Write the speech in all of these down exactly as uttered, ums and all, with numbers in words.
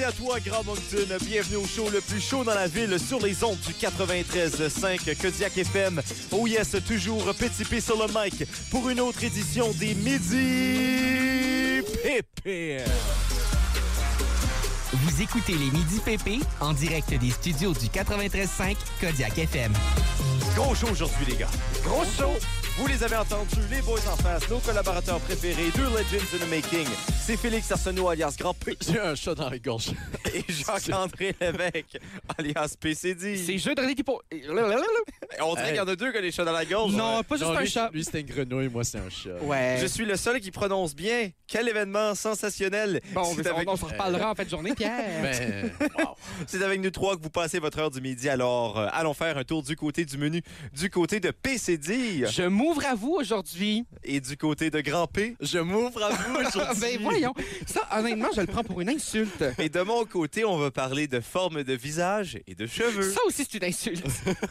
à toi, Grand Moncton. Bienvenue au show le plus chaud dans la ville sur les ondes du quatre-vingt-treize cinq Kodiak F M. Oh yes, toujours Petit P sur le mic pour une autre édition des Midi Pépé. Vous écoutez les Midi Pépé en direct des studios du quatre-vingt-treize cinq Kodiak F M. Gros show aujourd'hui, les gars. Gros show. Vous les avez entendus, les boys en face, nos collaborateurs préférés, deux legends in the making. C'est Félix Arsenault, alias Grand P. J'ai un chat dans la gorge. Et Jacques-André Lévesque, alias P C D. C'est jeu de réalité pour... On dirait Hey. qu'il y en a deux qui ont des chats dans la gorge. Non, pas juste Non, un lui, chat. Lui, c'est une grenouille, moi, c'est un chat. Ouais. Je suis le seul qui prononce bien. Quel événement sensationnel. Bon, C'est on, avec... on se reparlera en fin de journée, Pierre. Ben, wow. C'est avec nous trois que vous passez votre heure du midi. Alors, euh, allons faire un tour du côté du menu, du côté de P C D Je m'ouvre à vous aujourd'hui. et du côté de Grand P. Je m'ouvre à vous aujourd'hui. Ben voyons. Ça, honnêtement, je le prends pour une insulte. Et de mon côté, on va parler de forme de visage et de cheveux. Ça aussi, c'est une insulte.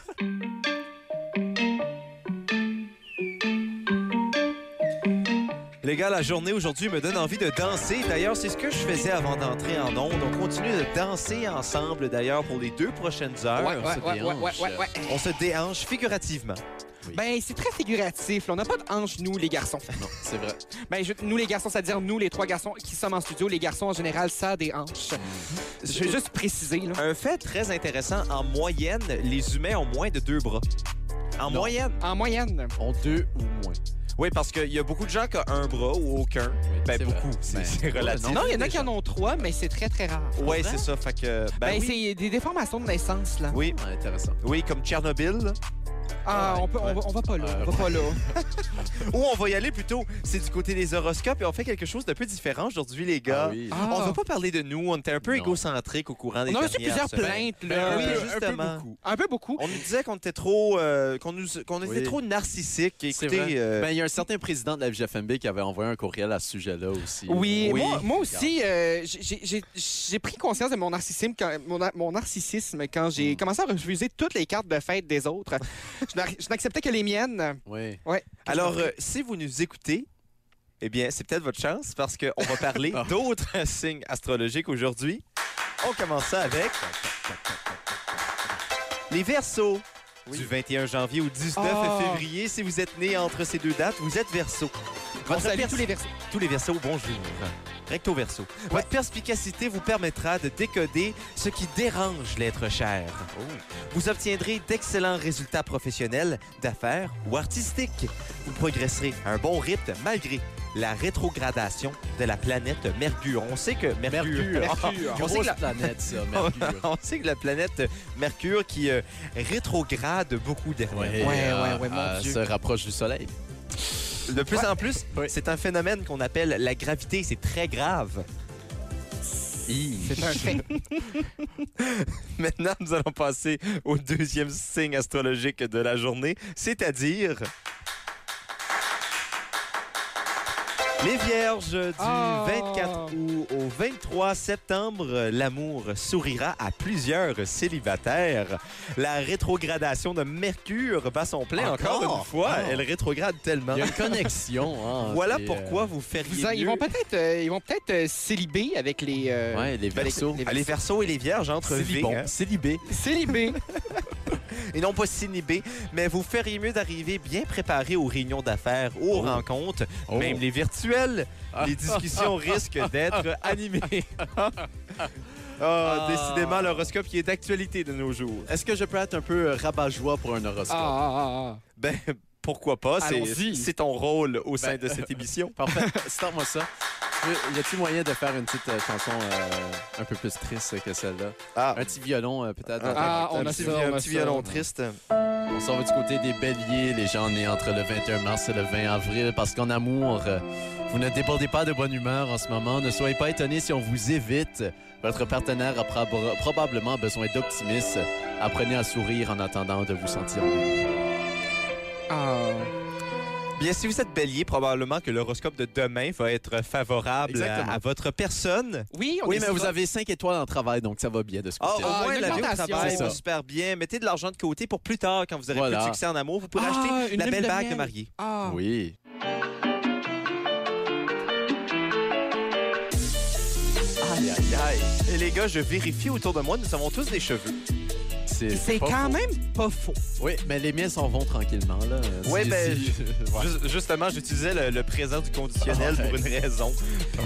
Les gars, la journée aujourd'hui me donne envie de danser. D'ailleurs, c'est ce que je faisais avant d'entrer en onde. On continue de danser ensemble, d'ailleurs, pour les deux prochaines heures. Ouais, ouais, se ouais, ouais, déhanche. ouais, ouais, ouais. On se déhanche figurativement. Ben, c'est très figuratif. là. On n'a pas de hanche, nous, les garçons. Non, c'est vrai. Ben, je- nous, les garçons, c'est-à-dire nous, les trois garçons qui sommes en studio. Les garçons, en général, ça a des hanches. Je veux juste préciser, là. Un fait très intéressant, en moyenne, les humains ont moins de deux bras. En Non. moyenne. En moyenne. On deux ou moins. Oui, parce qu'il y a beaucoup de gens qui ont un bras ou aucun. Oui, Ben, c'est beaucoup. vrai. C'est Ben, c'est relatif. Non, il y en a qui en ont trois, mais c'est très, très rare. Oui, c'est ça. Fait que. Ben, Ben, oui. c'est des déformations de naissance, là. Oui, Ah, intéressant. oui, comme Tchernobyl. là. Ah, Ouais, on, peut, on, ouais. va, on va pas là. Euh, on va pas là. Ou on va y aller plutôt. C'est du côté des horoscopes et on fait quelque chose de peu différent aujourd'hui, les gars. Ah oui. Ah. On va pas parler de nous. On était un peu Non. égocentrique au courant des On a reçu dernières plusieurs semaines. plaintes, Ben, là. un oui, peu- justement. Un peu beaucoup. Un peu beaucoup. On nous disait qu'on était trop, euh, qu'on nous, qu'on était Oui. trop narcissique. C'est Écoutez, vrai. euh, Ben, il y a un certain président de la F M B qui avait envoyé un courriel à ce sujet-là aussi. Oui, Oui. Moi, moi aussi, euh, j'ai- j'ai j'ai pris conscience de mon narcissisme quand, mon, mon narcissisme quand j'ai Mm. commencé à refuser toutes les cartes de fête des autres. je n'ar- je n'acceptais que les miennes. Oui. Ouais. alors, euh, si vous nous écoutez, eh bien, c'est peut-être votre chance parce qu'on va parler Ah. d'autres signes astrologiques aujourd'hui. On commence ça avec les Verseaux. Oui. Du vingt et un janvier au dix-neuf Oh. février, si vous êtes né entre ces deux dates, vous êtes Verseau. On salue pers- tous les versets. tous les Verseaux, bonjour. Recto Verseau. Votre perspicacité vous permettra de décoder ce qui dérange l'être cher. Vous obtiendrez d'excellents résultats professionnels, d'affaires ou artistiques. Vous progresserez à un bon rythme malgré la rétrogradation de la planète Mercure. On sait que Mercure... Mercure. On sait que Grosse la... planète, ça, Mercure. On sait que la planète Mercure qui euh, rétrograde beaucoup dernièrement. Ouais, Ouais, euh, ouais, ouais, mon euh, Dieu. se rapproche du soleil. De plus Ouais. en plus, Oui. c'est un phénomène qu'on appelle la gravité. C'est très grave. C'est un fait. Maintenant, nous allons passer au deuxième signe astrologique de la journée, c'est-à-dire... Les Vierges, du Oh. vingt-quatre août au vingt-trois septembre, l'amour sourira à plusieurs célibataires. La rétrogradation de Mercure bat son plein encore, Encore? une fois. Ah. Elle rétrograde tellement. Il y a une connexion. Hein, Voilà puis, pourquoi euh, vous feriez Vous a- ils mieux- vont peut-être euh, ils vont peut-être euh, céliber avec les... euh, Ouais, les Ben, les- Verseaux. les- Ah, les Verseaux et les Vierges entre V, Célibon. hein, Célibé. Célibés. et non pas sinibé, mais vous feriez mieux d'arriver bien préparé aux réunions d'affaires, aux Oh. rencontres, Oh. même les virtuelles. Les discussions risquent d'être animées. Ah, décidément, l'horoscope qui est d'actualité de nos jours. Est-ce que je peux être un peu euh, rabat-joie pour un horoscope? Ah, ah, ah, Ben, pourquoi pas? C'est Allons-y. c'est ton rôle au sein Ben, de cette émission. Parfait. Starte-moi ça. Y a-t-il moyen de faire une petite euh, chanson euh, un peu plus triste que celle-là? Ah, Un petit violon, euh, peut-être? Ah, un on a petit, ça, un on a petit ça. violon triste. On s'en va du côté des béliers, les gens nés entre le vingt et un mars et le vingt avril, parce qu'en amour, euh, vous ne débordez pas de bonne humeur en ce moment. Ne soyez pas étonnés si on vous évite. Votre partenaire a prob- probablement besoin d'optimisme. Apprenez à sourire en attendant de vous sentir mieux. ah. Bien, si vous êtes bélier, probablement que l'horoscope de demain va être favorable Exactement. à, à votre personne. Oui, on Oui, est mais sur- vous avez cinq étoiles en travail, donc ça va bien de ce Ah, côté-là. au Ah, moins, une la vie au augmentation. travail C'est va ça. super bien. Mettez de l'argent de côté pour plus tard, quand vous aurez Voilà. plus de succès en amour. Vous pourrez Ah, acheter une la lune belle de bague de miel. mariée. Ah. Oui. Aïe, aïe, aïe. Et les gars, je vérifie autour de moi, nous avons tous des cheveux. C'est pas quand faux. même pas faux. Oui, mais les miens s'en vont tranquillement, là. Ouais, Si- ben, si- ouais. Ju- justement, j'utilisais le, le présent du conditionnel Ouais. pour une raison.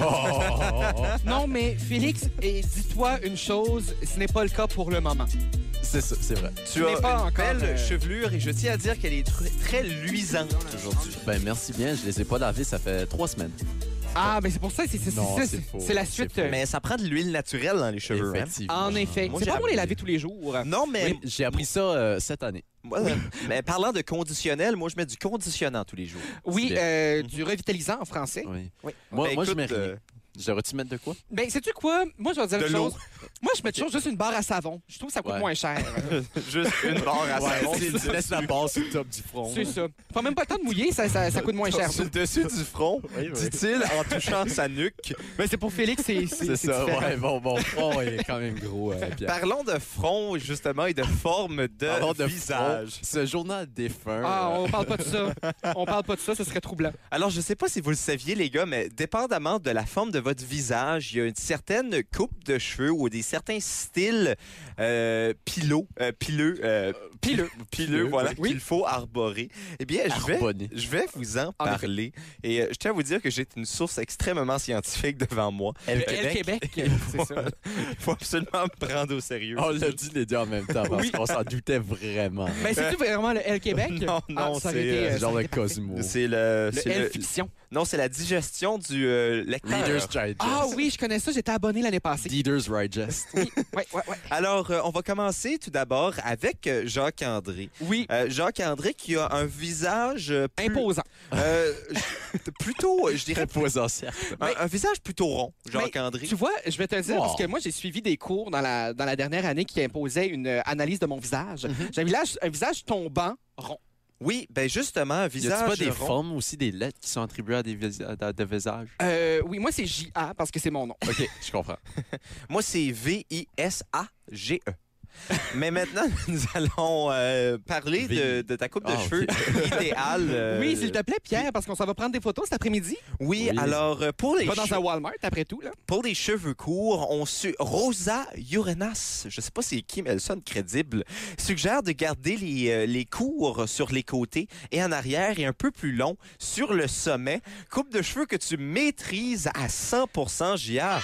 Oh! Non, mais Félix, et dis-toi une chose, ce n'est pas le cas pour le moment. C'est ça, c'est vrai. Tu n'est as pas une encore, belle euh, chevelure et je tiens à dire qu'elle est tr- très luisante aujourd'hui. Ben, merci bien. Je les ai pas lavés, ça fait trois semaines. Ah, mais c'est pour ça, c'est c'est- Non, c'est- c'est c'est- faux. c'est la C'est suite. faux. euh, Mais ça prend de l'huile naturelle dans les cheveux. Hein? Effectivement. En effet. Moi, C'est j'ai pas bon les appris. laver tous les jours. Non, mais, Oui, j'ai appris ça euh, cette année. moi, mais parlant de conditionnel, moi, je mets du conditionnant tous les jours. Oui, bien. euh, du revitalisant en français. Oui. Oui. Moi, Ben, moi je écoute, mets rien. euh, Je devrais-tu mettre de quoi? Ben, sais-tu quoi? Moi, je vais te dire De une l'eau. chose. Moi, je mets toujours juste une barre à savon. Je trouve que ça coûte Ouais. moins cher. Juste une barre à savon. tu sur laisses la barre sur le top du front. C'est ça. Pas même pas le temps de mouiller, ça, ça, ça coûte moins cher. le dessus du front, Oui, oui. dit-il en touchant sa nuque. Mais c'est pour Félix, c'est c'est- C'est c'est ça, différent. ouais, bon, bon front est quand même gros, euh, Pierre. Parlons de front, justement, et de forme de Parlons de visage. front. Ce journal défunt. Ah, euh, on parle pas de ça. On parle pas de ça, ce serait troublant. Alors, je sais pas si vous le saviez, les gars, mais dépendamment de la forme de votre visage, il y a une certaine coupe de cheveux ou des certains styles euh, pileux, euh, pileux, euh, Pileux. pileux, Pileux, voilà, oui. qu'il faut arborer. Eh bien, je vais, Arbonner. je vais vous en En effet. parler. Et euh, je tiens à vous dire que j'ai une source extrêmement scientifique devant moi. El Le El Québec. Québec, c'est ça. Il faut absolument me prendre au sérieux. On l'a dit les deux en même temps parce Oui. qu'on s'en doutait vraiment. Mais c'est-tu vraiment le El Québec? Non, non, Ah, ça aurait c'est, été, euh, euh, C'est genre ça aurait le été parfait. Cosmo. C'est le, Le c'est El le- Fiction. non, c'est la digestion du euh, lecteur. Leaders Digest. Ah oui, je connais ça, j'étais abonné l'année passée. Leaders Digest. Oui, ouais, ouais, ouais. Alors, euh, on va commencer tout d'abord avec euh, Jacques-André. Oui, Euh, Jacques-André qui a un visage euh, plus- imposant. euh, je- plutôt, je dirais, Imposant, certes. un, un visage plutôt rond, Jacques-André. Tu vois, je vais te le dire, Wow. parce que moi, j'ai suivi des cours dans la, dans la dernière année qui imposaient une euh, analyse de mon visage. J'ai un visage, un visage tombant, rond. Oui, ben justement, un Y visage a-t-il pas des rond. formes aussi, des lettres qui sont attribuées à des, vis- à des visages? Euh, oui, moi, c'est J A parce que c'est mon nom. OK, je comprends. Moi, c'est V I S A G E. Mais maintenant, nous allons euh, parler de, de ta coupe de Ah, cheveux idéale. euh, Oui, s'il te plaît, Pierre, parce qu'on s'en va prendre des photos cet après-midi. Oui, Oui. alors, euh, pour les, Pas dans che- un Walmart, après tout, là. pour les cheveux courts, on su... Rosa Urenas, je sais pas c'est qui, mais elle sonne crédible, suggère de garder les, euh, les courts sur les côtés et en arrière et un peu plus long sur le sommet. Coupe de cheveux que tu maîtrises à cent pour cent, J A.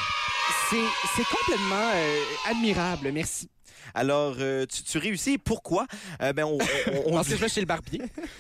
C'est c'est complètement euh, admirable, merci. Alors, euh, tu, tu réussis. Pourquoi? Euh, ben, on, on- on Parce que dit- je vais chez le barbier.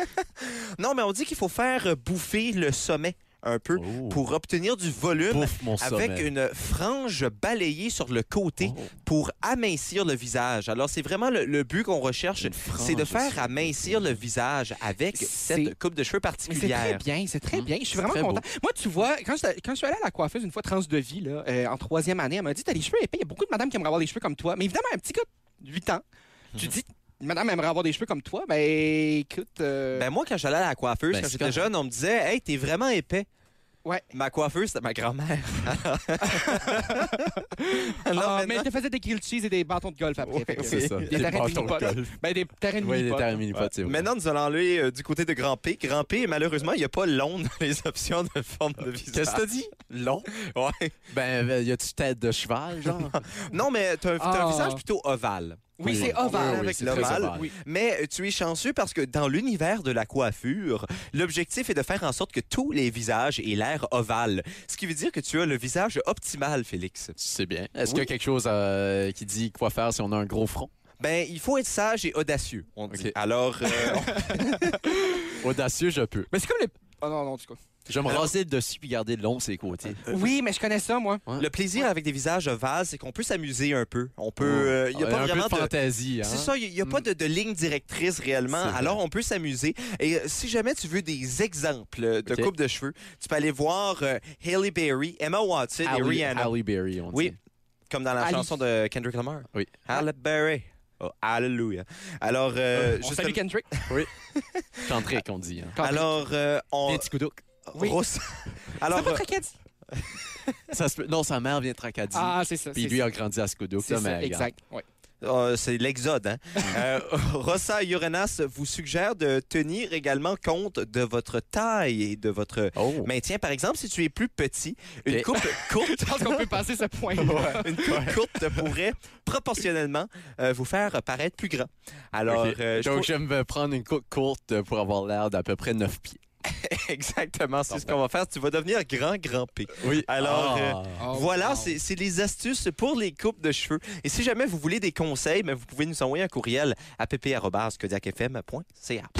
Non, mais on dit qu'il faut faire bouffer le sommet un peu Oh. pour obtenir du volume Bouffe mon sommet. avec une frange balayée sur le côté Oh. pour amincir le visage. Alors, c'est vraiment le, le but qu'on recherche, Une frange c'est de faire sur le amincir le visage avec C'est- cette coupe de cheveux Mais c'est très particulière. bien, c'est très Hum, bien. Je suis c'est vraiment très content. Moi, tu vois, quand je, quand je suis allé à la coiffeuse une fois trans de vie, là, euh, en troisième année, elle m'a dit t'as les cheveux épais. Il y a beaucoup de madames qui aimeraient avoir des cheveux comme toi. Mais évidemment, un petit gars de huit ans, tu dis madame aimerait avoir des cheveux comme toi. Ben écoute. euh, Ben, moi, quand j'allais à la coiffeuse, Ben, quand c'est j'étais correct. jeune, on me disait « Hey, t'es vraiment épais. » Ouais. Ma coiffeuse, c'était ma grand-mère. Alors, ah, mais maintenant- je te faisais des grilled cheese et des bâtons de golf après. Fait que- C'est ça. Des Des terrains de bâtons de mini-pot. golf. Ben, des terrains de Oui, des mini-pot. terrains mini-potes, c'est vrai. Maintenant, nous allons aller euh, du côté de Grand P. Grand P, malheureusement, il n'y a pas long dans les options de forme de visage. Qu'est-ce que t'as dit? Long? Ouais. Ben, euh, y a-tu tête de cheval, genre? Non, mais t'as un, t'as un Ah. visage plutôt ovale. Oui, Oui, c'est oui, ovale. oui, avec c'est le très mâle. ovale. Oui. Mais euh, tu es chanceux parce que dans l'univers de la coiffure, l'objectif est de faire en sorte que tous les visages aient l'air ovale. Ce qui veut dire que tu as le visage optimal, Félix. C'est bien. Est-ce Oui. qu'il y a quelque chose euh, qui dit quoi faire si on a un gros front? Ben, il faut être sage et audacieux, on dit. Ok. Alors, euh, Audacieux, je peux. Mais c'est comme les. Oh non, non, en tout cas. Je vais me Alors- raser le dessus puis garder le long sur les côtés. Oui, mais je connais ça, moi. Ouais. le plaisir avec des visages ovales, c'est qu'on peut s'amuser un peu. On peut... Oh. euh, Il n'y a Euh, pas un vraiment peu de de... fantaisie, hein? C'est ça, il n'y a, pas Mm. de, de ligne directrice réellement. C'est vrai. Alors, on peut s'amuser. Et euh, si jamais tu veux des exemples de Ok. coupe de cheveux, tu peux aller voir euh, Halle Berry, Emma Watson et Halle, Rihanna. Halle Berry, on Oui. dit. Comme dans la Ali. chanson de Kendrick Lamar. Oui. Halle Berry. Oh, hallelujah. Alors, euh, On juste salue Kendrick. Chantrick, on dit. Hein. alors, euh, on... Bien petit coup d'eau. Oui. Rose- C'est Alors, pas euh, Tracadie. Ça se peut- Non, sa mère vient de Tracadie. Ah, c'est ça. Puis c'est lui ça. a grandi à Scodoc. C'est là, ça, mais regarde. exact. Ouais. Euh, c'est l'exode, hein? euh, Rossa et Uranus vous suggèrent de tenir également compte de votre taille et de votre Oh. maintien. Par exemple, si tu es plus petit, une Et- coupe courte, Je pense qu'on peut passer ce point. une coupe courte pourrait proportionnellement euh, vous faire paraître plus grand. Alors, Ok. euh, je Donc, trouve- je vais me prendre une coupe courte pour avoir l'air d'à peu près neuf pieds. exactement, c'est ce qu'on va faire. Tu vas devenir grand, grand P. Oui. Alors, euh, Oh, voilà, wow. c'est c'est les astuces pour les coupes de cheveux. Et si jamais vous voulez des conseils, mais vous pouvez nous envoyer un courriel à p p arobase kodiak f m point c a.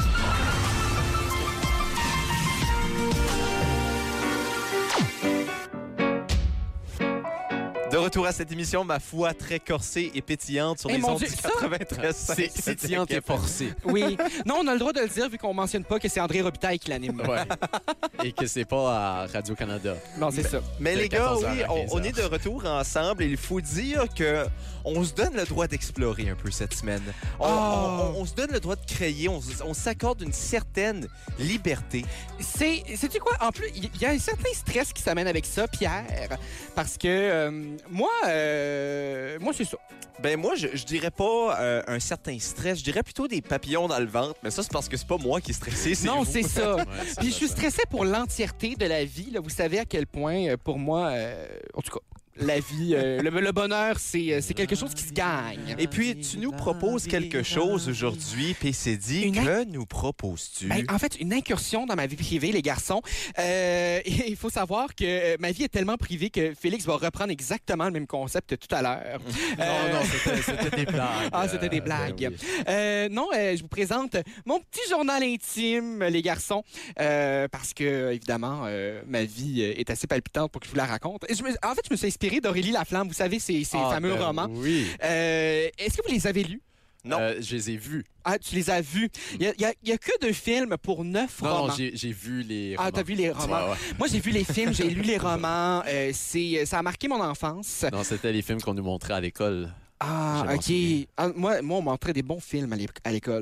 De retour à cette émission, ma foi très corsée et pétillante sur Eh, les mon ondes Dieu, du ça- quatre-vingt-treize C'est c'est tiant et forcé. Oui. Non, on a le droit de le dire vu qu'on mentionne pas que c'est André Robitaille qui l'anime. Ouais. Et que c'est pas à Radio-Canada. Non, c'est ça. Mais De les gars, quatorze heures oui, à on, quinze on heures. est de retour ensemble et il faut dire que on se donne le droit d'explorer un peu cette semaine. On, Oh. on- on- on se donne le droit de créer, on, s- on s'accorde une certaine liberté. C'est, sais-tu quoi? En plus, il y a un certain stress qui s'amène avec ça, Pierre, parce que euh, moi, euh, moi c'est ça. Ben moi, je, je dirais pas euh, un certain stress, je dirais plutôt des papillons dans le ventre, mais ça c'est parce que c'est pas moi qui est stressé, c'est Non, vous. c'est ça. Ouais, c'est Puis je ça, suis ça. stressé pour l'entièreté de la vie. Là. Vous savez à quel point, euh, pour moi, euh, en tout cas, la vie, euh, le, le bonheur, c'est, euh, c'est quelque chose qui se gagne. Et puis, tu nous proposes quelque chose aujourd'hui, P C D. Une Que nous proposes-tu? Ben, en fait, une incursion dans ma vie privée, les garçons. Euh, et il faut savoir que euh, ma vie est tellement privée que Félix va reprendre exactement le même concept tout à l'heure. Non, Euh, non, c'était- c'était des blagues. Ah, c'était des Euh, blagues. ben oui. Euh, non, euh, je vous présente mon petit journal intime, les garçons, euh, parce que, évidemment, euh, ma vie euh, est assez palpitante pour que je vous la raconte. Et je me- en fait, je me suis inspiré d'Aurélie Laflamme, vous savez, ces, ces Ah, fameux ben romans. Oui. Euh, Est-ce que vous les avez lus? Non. Euh, je les ai vus. Ah, tu les as vus. Il y a, il y a- il y a que deux films pour neuf Non, romans. non, j'ai j'ai vu les Ah, romans. t'as vu les romans? Ouais, ouais. Moi, j'ai vu les films, j'ai lu les romans. Euh, c'est, ça a marqué mon enfance. Non, c'était les films qu'on nous montrait à l'école. Ah, Je m'en OK. souviens. Ah, moi, moi, on montrait des bons films à l'é- à l'école.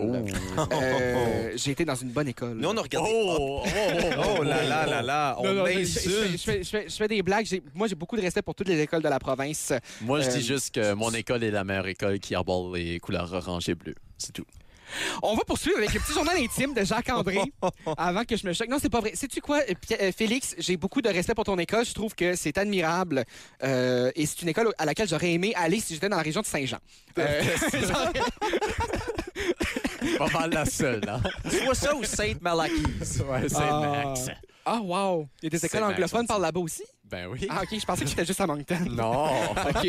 Euh, j'ai été dans une bonne école. Nous, on a regardé... Oh, oh, Oh là là là là, on Non, non, je, je- je- insulte. je fais, je fais- je fais des blagues. J'ai- Moi, j'ai beaucoup de respect pour toutes les écoles de la province. Moi, je Euh, dis juste que mon école est la meilleure école qui arbore les couleurs orange et bleu. C'est tout. On va poursuivre avec le petit journal intime de Jacques-André avant que je me choque. Non, c'est pas vrai. Sais-tu quoi, Pi- euh, Félix? J'ai beaucoup de respect pour ton école. Je trouve que c'est admirable. Euh, et c'est une école à laquelle j'aurais aimé aller si j'étais dans la région de Saint-Jean. Euh, genre- Pas mal la seule, hein? Soit ça ou Sainte-Malachise. Ouais, c'est Ah. Max. Ah, wow! Il y a des C'est écoles Max, anglophones on par là-bas aussi? Ben oui. Ah, OK. Je pensais que j'étais juste à Moncton. Non. OK.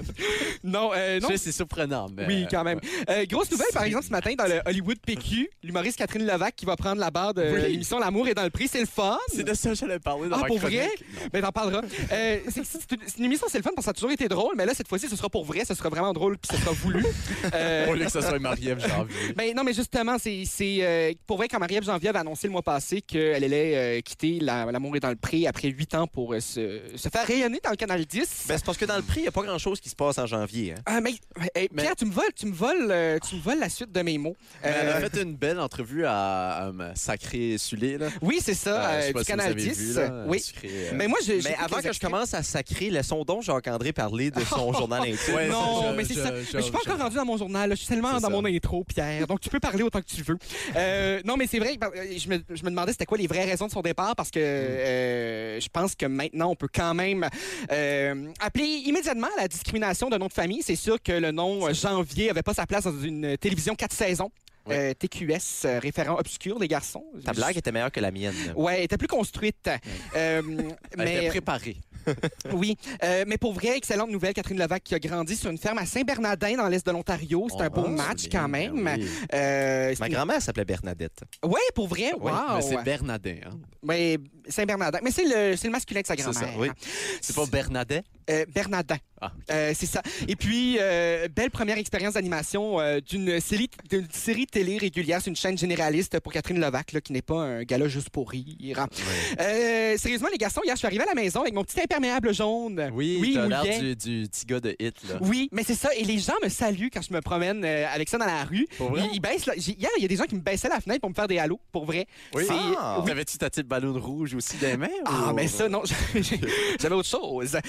non, euh, non. Je sais, c'est surprenant, mais... Oui, quand même. Euh, grosse nouvelle, par exemple, ce matin, dans le Hollywood P Q, l'humoriste Catherine Levac qui va prendre la barre de Oui. l'émission L'amour est dans le prix. C'est le fun. C'est de ça que j'allais parler dans Ah, ma pour vrai? chronique. Non. Ben, t'en parleras. Euh, c'est, c'est une, c'est une émission, c'est le fun parce que ça a toujours été drôle, mais là, cette fois-ci, ce sera pour vrai, ce sera vraiment drôle, puis ce sera voulu. Euh, Au lieu que ce soit Marie-Ève Janvier. ben non, mais justement, c'est, c'est euh, pour vrai, quand Marie-Ève Janvier avait annoncé le mois passé qu'elle allait euh, quitter la- L'amour est dans le prix après huit ans pour euh, se, se faire rayonner dans le Canal dix. Ben, c'est parce que dans le prix, il n'y a pas grand-chose qui se passe en janvier. Hein. Ah, mais, hey, Mais- Pierre, tu me voles, tu me voles, euh, tu me voles la suite de mes mots. Elle Euh, a fait une belle entrevue à, à me Sacré Sulé, là. oui, c'est ça, Euh, je euh, sais pas du si vous Canal avez dix. vu, là, oui. Sucré, euh, Mais moi, je, Mais j'écoute avant les que je extraits. commence à sacrer, laissons donc Jacques-André parler de son journal intime. Ouais, Non, je- mais c'est je- ça. je- Mais je suis pas je- encore rendu dans mon journal. là. Je suis tellement C'est dans ça. mon intro, Pierre. Donc, tu peux parler autant que tu veux. Euh, non, mais c'est vrai que euh, je me, je me demandais c'était quoi les vraies raisons de son départ parce que euh, je pense que maintenant, on peut quand même euh, appeler immédiatement à la discrimination de nom de famille. C'est sûr que le nom euh, Janvier n'avait pas sa place dans une télévision quatre saisons. Ouais. Euh, T Q S, euh, référent obscur, les garçons. Ta blague était meilleure que la mienne. Ouais, elle était plus construite. Euh, Elle était mais préparée. oui, Euh, mais pour vrai, excellente nouvelle, Catherine Levac qui a grandi sur une ferme à Saint-Bernardin dans l'est de l'Ontario. C'est un On beau va match souligner, quand même. ben oui. Euh, c'est Ma une- grand-mère s'appelait Bernadette. Ouais, pour vrai, Oui, wow. Mais c'est Bernadin, hein? Ouais, Saint-Bernardin. Mais c'est le, c'est le masculin de sa C'est grand-mère. ça, oui. C'est pas Bernadet? Euh, Bernardin. Ah, Euh, c'est ça. Et puis, euh, belle première expérience d'animation euh, d'une série, d'une série télé régulière. C'est une chaîne généraliste pour Catherine Levac, là, qui n'est pas un gala juste pour rire. Euh, sérieusement, les garçons, hier, je suis arrivé à la maison avec mon petit imperméable jaune. Oui, oui t'as l'air mouillet. du, du petit gars de Hit, là. Oui, mais c'est ça. Et les gens me saluent quand je me promène euh, avec ça dans la rue. Pour vrai? Ils, ils baissent. la- j'ai- Hier, il y a des gens qui me baissaient la fenêtre pour me faire des halos, pour vrai. Oui. C'est- Ah! oui. T'avais-tu ta petite ballon rouge aussi des mains? Ah, ou- mais ça, non, j'avais autre chose. Euh,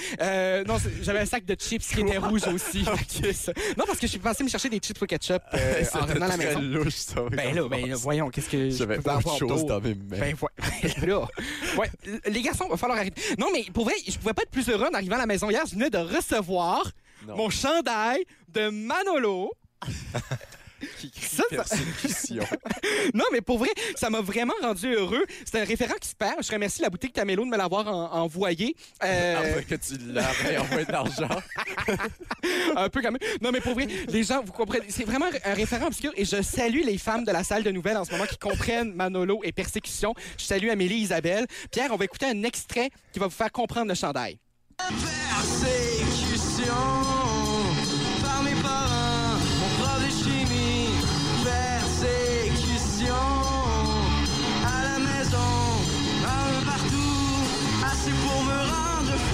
Euh, non, c'est- j'avais un sac de chips qui était rouge aussi. Fait que ça- Non, parce que je suis passé me chercher des chips au ketchup euh, en revenant à la très maison. louche, ça. Ben là, ben là, voyons, qu'est-ce que je J'avais peux pas avoir autre chose d'autre? dans mes mains. Ben ouais, là. Ouais, les garçons, il va falloir arrêter. Non, mais pour vrai, je pouvais pas être plus heureux en arrivant à la maison hier. Je venais de recevoir Non. mon chandail de Manolo. Qui crie Ça, ça- persécution. Non, mais pour vrai, ça m'a vraiment rendu heureux. C'est un référent qui se perd. Je remercie la boutique Camélo de me l'avoir en- envoyé. Euh, Après que tu l'avais envoyé de l'argent. un peu quand même. Non, mais pour vrai, les gens, vous comprenez. C'est vraiment un référent obscur. Et je salue les femmes de la salle de nouvelles en ce moment qui comprennent Manolo et Persécution. Je salue Amélie et Isabelle. Pierre, on va écouter un extrait qui va vous faire comprendre le chandail. Persécution par mes parents, mon prof de chimie. Persécution à la maison, un peu partout, assez pour me rendre fou.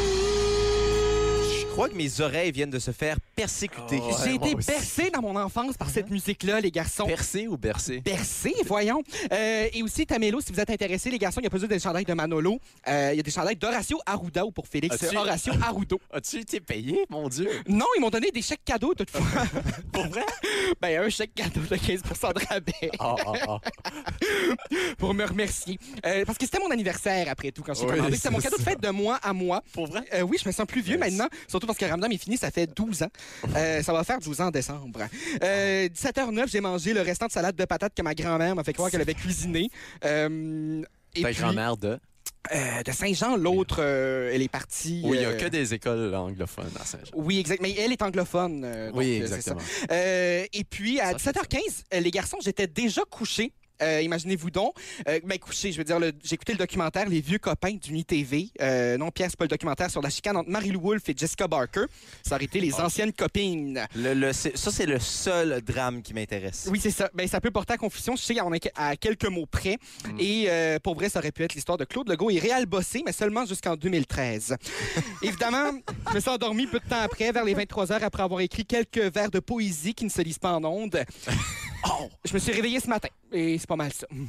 Je crois que mes oreilles viennent de se faire persécuter. Oh, ouais, J'ai moi été aussi. bercé dans mon enfance par cette musique-là, les garçons. Percé ou bercé? Bercé, voyons. Euh, et aussi, Tamélo, si vous êtes intéressés, les garçons, il n'y a pas juste des chandails de Manolo. Euh, Il y a des chandails d'Horacio Arruda ou pour Félix, As-tu- Horacio Arrudo. As-tu été payé, mon Dieu? Non, ils m'ont donné des chèques cadeaux toutefois. Pour vrai? Ben, un chèque cadeau de quinze pour cent de rabais Ah, ah, ah. pour me remercier. Euh, parce que c'était mon anniversaire, après tout, quand j'ai Oui, commandé. C'était mon c'est cadeau de ça. fête de moi à moi. Pour vrai? Euh, oui, je me sens plus vieux Yes. maintenant, surtout parce que Ramadan est fini, ça fait douze ans. Euh, ça va faire douze ans en décembre. Euh, dix-sept heures neuf, j'ai mangé le restant de salade de patates que ma grand-mère m'a fait croire qu'elle avait cuisiné. Euh, et Ta puis, grand-mère de... euh, de Saint-Jean, l'autre, euh, elle est partie. Oui, il n'y a euh, que des écoles anglophones à Saint-Jean. Oui, exact. Mais elle est anglophone. euh, Oui, donc, euh, c'est ça. exactement. Euh, et puis, à Ça, dix-sept heures quinze, euh, les garçons, j'étais déjà couché. Euh, imaginez-vous donc. Euh, ben, couché, je veux dire, le- j'ai écouté le documentaire Les vieux copains d'Uni T V. Euh, non, Pierre, c'est pas le documentaire sur la chicane entre Marie-Lou Wolfe et Jessica Barker. Ça aurait été les Ah. anciennes copines. Le- le- c'est- ça, c'est le seul drame qui m'intéresse. Oui, c'est ça. Ben, ça peut porter à confusion. Je sais qu'on est à quelques mots près. Mm. Et euh, pour vrai, ça aurait pu être l'histoire de Claude Legault et Réal Bossé, mais seulement jusqu'en deux mille treize. Évidemment, je me suis endormi peu de temps après, vers les vingt-trois heures, après avoir écrit quelques vers de poésie qui ne se lisent pas en ondes. Oh! Je me suis réveillé ce matin. Et c'est pas mal ça.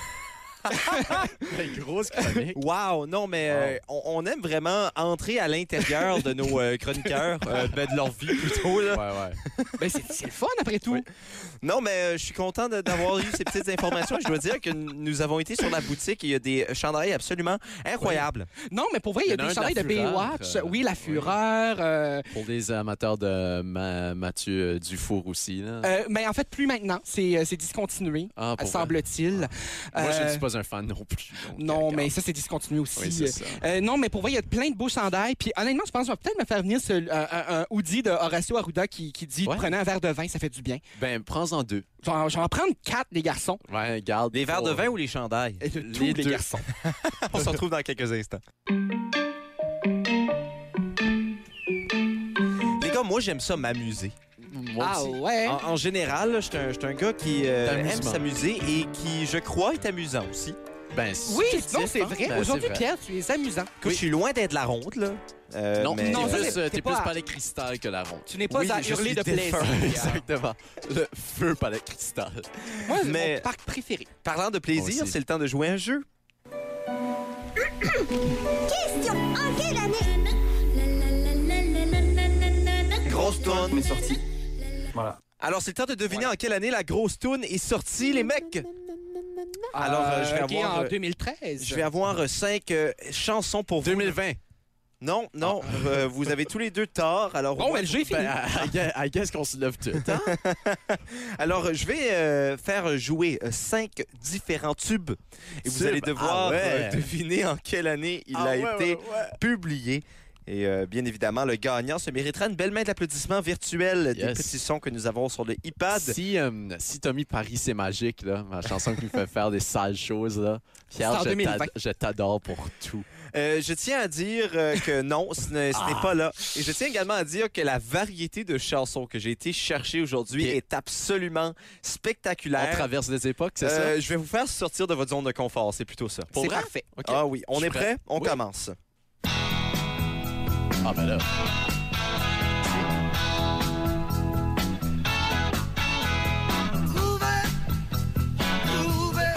Une grosse chronique. Wow, non, mais euh, on, on aime vraiment entrer à l'intérieur de nos euh, chroniqueurs, euh, ben, de leur vie plutôt. Là. Ouais, ouais. Ben, c'est c'est le fun après tout. Oui. Non, mais euh, je suis content de- d'avoir eu ces petites informations. Je dois dire que n- nous avons été sur la boutique et il y a des chandails absolument incroyables. Non, mais pour vrai, il y a Il y en a des un de chandails de la Fureur, Baywatch. euh, oui, la oui. Fureur. euh, Pour des amateurs de Ma- Mathieu euh, Dufour aussi. Là. euh, mais en fait, plus maintenant. C'est euh, c'est discontinué, Ah, pour vrai? semble-t-il. Moi, je Euh, ne suis pas un fan non plus. donc, Non, euh, mais ça, c'est discontinué aussi. Oui, c'est ça. Euh, non, mais pour vrai, il y a plein de beaux chandails. Puis honnêtement, je pense que je vais peut-être me faire venir ce, un, un, un hoodie de Horacio Arruda qui, qui dit Ouais. prenez un verre de vin, ça fait du bien. Ben, prends-en deux. Je vais en- je vais en prendre quatre, les garçons. Ouais, garde. Les verres de pour- vin ou les chandails? Et de Les tous les deux. garçons. On se retrouve dans quelques instants. Les gars, moi, j'aime ça m'amuser. Moi Ah aussi. ouais? En, en général, là, je suis un, je suis un gars qui euh, aime D'amusement. s'amuser et qui, je crois, est amusant aussi. Ben, Oui, subjectif, non, c'est hein? vrai. Ben, Aujourd'hui, c'est vrai. Pierre, tu es amusant. Écoute, je suis loin d'être la ronde, là. Euh, Non, mais- t'es Non, ça, plus, c'est- euh, t'es t'es pas plus à- palais cristal que la ronde. Tu n'es pas Oui, à je hurler suis de plaisir. défunt. Exactement. Le feu palais cristal. Moi, c'est Mais- mon parc préféré. Parlant de plaisir, Moi aussi. c'est le temps de jouer à un jeu. Question. En quelle année? Grosse tourne, mais sortie. Voilà. Alors, c'est le temps de deviner en quelle année la grosse tourne est sortie, les mecs. Alors, euh, je vais ok, avoir, en euh, deux mille treize. Je vais avoir euh, cinq euh, chansons pour vous. deux mille vingt. Non, non, euh, vous avez tous les deux tort. Alors, Bon, ben, le jeu est fini. Ben, I guess- I guess qu'on se lève tout. Hein? alors je vais euh, faire jouer euh, cinq différents tubes et vous Tubes? allez devoir Ah ouais. euh, deviner en quelle année il Ah a ouais, été ouais, ouais. publié. Et euh, bien évidemment, le gagnant se méritera une belle main d'applaudissements virtuels des Yes. petits sons que nous avons sur le iPad. Si, euh, si Tommy Paris, c'est magique, là, ma chanson qui me fait faire des sales choses, là, Pierre, C'est en je deux mille vingt. t'ad- je t'adore pour tout. Euh, je tiens à dire euh, que non, ce n'est ce n'est Ah. pas là. Et je tiens également à dire que la variété de chansons que j'ai été chercher aujourd'hui Ok. est absolument spectaculaire. On traverse des époques, c'est Euh, je vais vous faire sortir de votre zone de confort, c'est plutôt ça. Pour C'est vrai? parfait. ça? OK. Ah oui, on Je suis est prêt? On Oui. commence. Ah ben là. Trouver, trouver,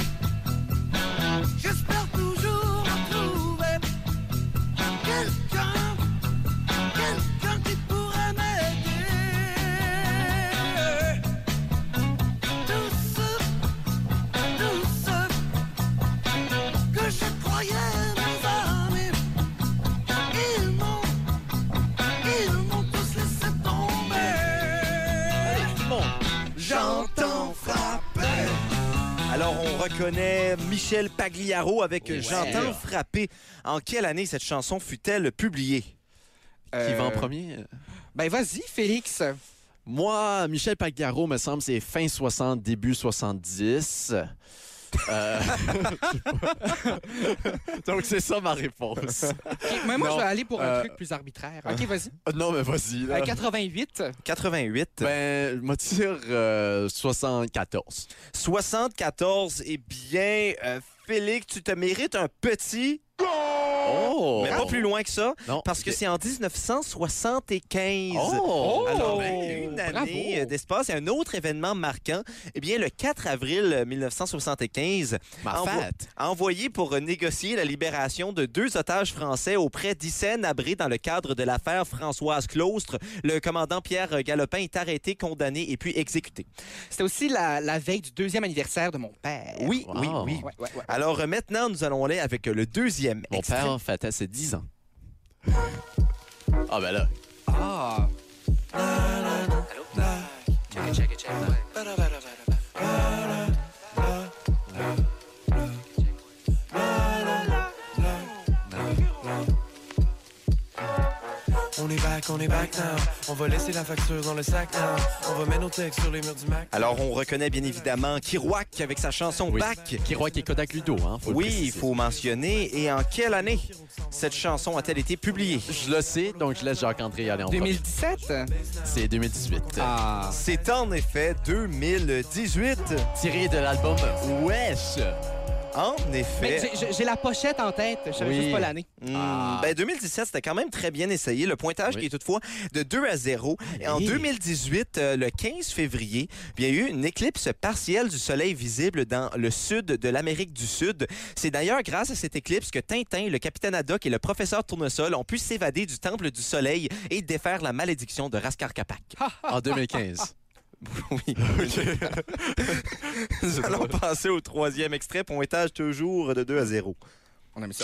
j'espère toujours retrouver quelqu'un, J'entends frapper. Alors, on reconnaît Michel Pagliaro avec Ouais. J'entends frapper. En quelle année cette chanson fut-elle publiée? Qui Euh, va en premier? Ben, vas-y, Félix. Moi, Michel Pagliaro, me semble, c'est fin soixante, début soixante-dix. Euh... Donc, c'est ça ma réponse. OK, mais moi, Non, je vais aller pour un euh, truc plus arbitraire. OK, vas-y. Euh, non, mais vas-y. Là. Euh, quatre-vingt-huit. quatre-vingt-huit. Ben, je vais dire euh, soixante-quatorze. soixante-quatorze. Eh bien, euh, Félix, tu te mérites un petit... Oh! Mais pas plus loin que ça, Non. parce que ok. c'est en dix-neuf cent soixante-quinze. Oh! Alors, Oh! ben, une année Bravo! euh, d'espace. Et un autre événement marquant, eh bien, le quatre avril mille neuf cent soixante-quinze, Ma envo- fête. a envoyé pour euh, négocier la libération de deux otages français auprès d'Issène-Abré dans le cadre de l'affaire Françoise Claustre. Le commandant Pierre Galopin est arrêté, condamné et puis exécuté. C'était aussi la, la veille du deuxième anniversaire de mon père. Oui, Wow. oui, oui. Ouais, ouais, ouais. Alors euh, maintenant, nous allons aller avec euh, le deuxième Mon extrait. père fêtait ses dix ans. Ah, ben là. Ah. Check it, check it, check it. On est back, on est back now. On va laisser la facture dans le sac now. On va mettre nos textes sur les murs du Mac. Alors, on reconnaît bien évidemment Kirouac avec sa chanson Oui. Back. Kiroak et Kodak Ludo, hein? Faut le Oui, il préciser. faut mentionner. Et en quelle année cette chanson a-t-elle été publiée? Je le sais, donc je laisse Jacques-André y aller en deux premier. mille dix-sept? C'est deux mille dix-huit. Ah. C'est en effet deux mille dix-huit. Tiré de l'album Wesh! En Mais effet. j'ai- j'ai j'ai la pochette en tête. Je savais Oui. juste pas l'année. Hmm, Ah. Ben deux mille dix-sept, c'était quand même très bien essayé. Le pointage Oui. qui est toutefois de deux à zéro. Et en Oui. deux mille dix-huit, euh, le quinze février, il y a eu une éclipse partielle du soleil visible dans le sud de l'Amérique du Sud. C'est d'ailleurs grâce à cette éclipse que Tintin, le capitaine Haddock et le professeur Tournesol ont pu s'évader du temple du soleil et défaire la malédiction de Raskar-Kapak. En deux mille quinze. Oui. Nous allons passer au troisième extrait. Pointage toujours de deux à zéro. On a mis ça.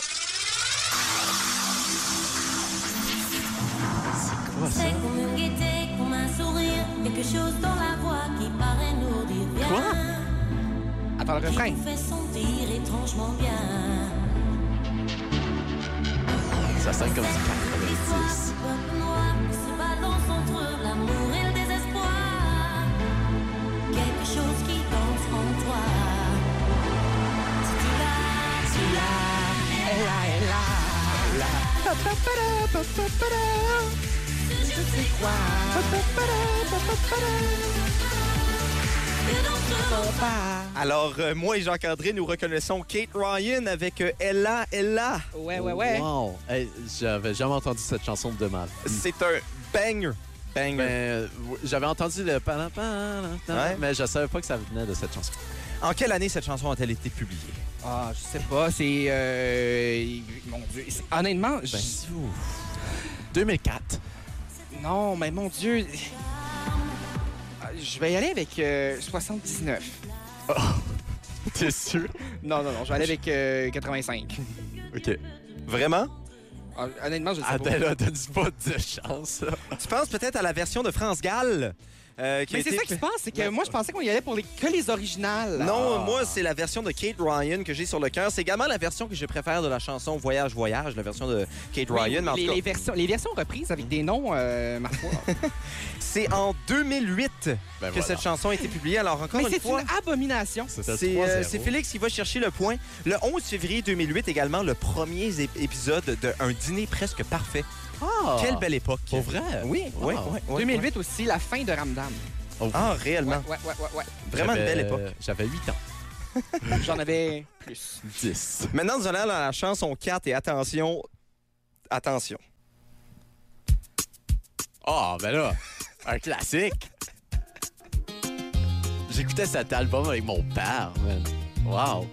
C'est comme une gaieté, comme un sourire, quelque chose dans la voix qui paraît nous dire bien. Quoi? Attends le refrain. Qui nous fait sentir étrangement bien. Ça sonne comme du L'histoire quatre-vingt-dix. du peuple noir qui se balance entre l'amour et le désespoir. Quelque chose qui danse en toi. Si tu l'as, tu l'as, elle a, elle a. Je sais quoi. Et dans ce Alors, euh, moi et Jacques-André, nous reconnaissons Kate Ryan avec euh, Ella, Ella. Ouais, ouais, ouais. Wow! Hey, j'avais jamais entendu cette chanson de ma vie. C'est un banger. Banger. Mais euh, j'avais entendu le pala- pala- Ouais. mais je savais pas que ça venait de cette chanson. En quelle année cette chanson a-t-elle été publiée? Ah, je sais pas. C'est. Euh... Mon Dieu. c'est- Honnêtement, je- Ben, deux mille quatre. non, mais mon Dieu. Ah, Je vais y aller avec euh, soixante-dix-neuf. T'es sûr? Non, non, non. Je vais aller avec euh, quatre-vingt-cinq. OK. Vraiment? Ah, honnêtement, je sais Ah pas. ben là, donne-y pas de chance. là. Tu penses peut-être à la version de France Gall? euh, qui a Mais c'est été ça qui se fait- passe, c'est que moi, je pensais qu'on y allait pour les... que les originales. Non, Ah. moi, c'est la version de Kate Ryan que j'ai sur le cœur. C'est également la version que je préfère de la chanson Voyage, Voyage, la version de Kate Oui, Ryan. Mais en les, tout cas, les versions, les versions reprises avec des noms, euh, ma foi. c'est en deux mille huit Ben que voilà. cette chanson a été publiée. Alors, encore Mais une c'est fois... une abomination. C'était C'est trois euh, zéro. c'est Félix qui va chercher le point. Le onze février deux mille huit, également, le premier ép- épisode de Un dîner presque parfait. Ah! Quelle belle époque. Pour vrai? Oui, Wow. oui, oui, oui. deux mille huit aussi, la fin de Ramdam. Oh, Ah, Ouais, réellement. ouais, ouais, ouais, ouais. Vraiment une j'avais- belle époque. J'avais huit ans. J'en avais plus. dix. Maintenant, nous allons dans la chanson quatre et attention, attention. Ah, ben là, un classique. J'écoutais cet album avec mon père, man. Wow.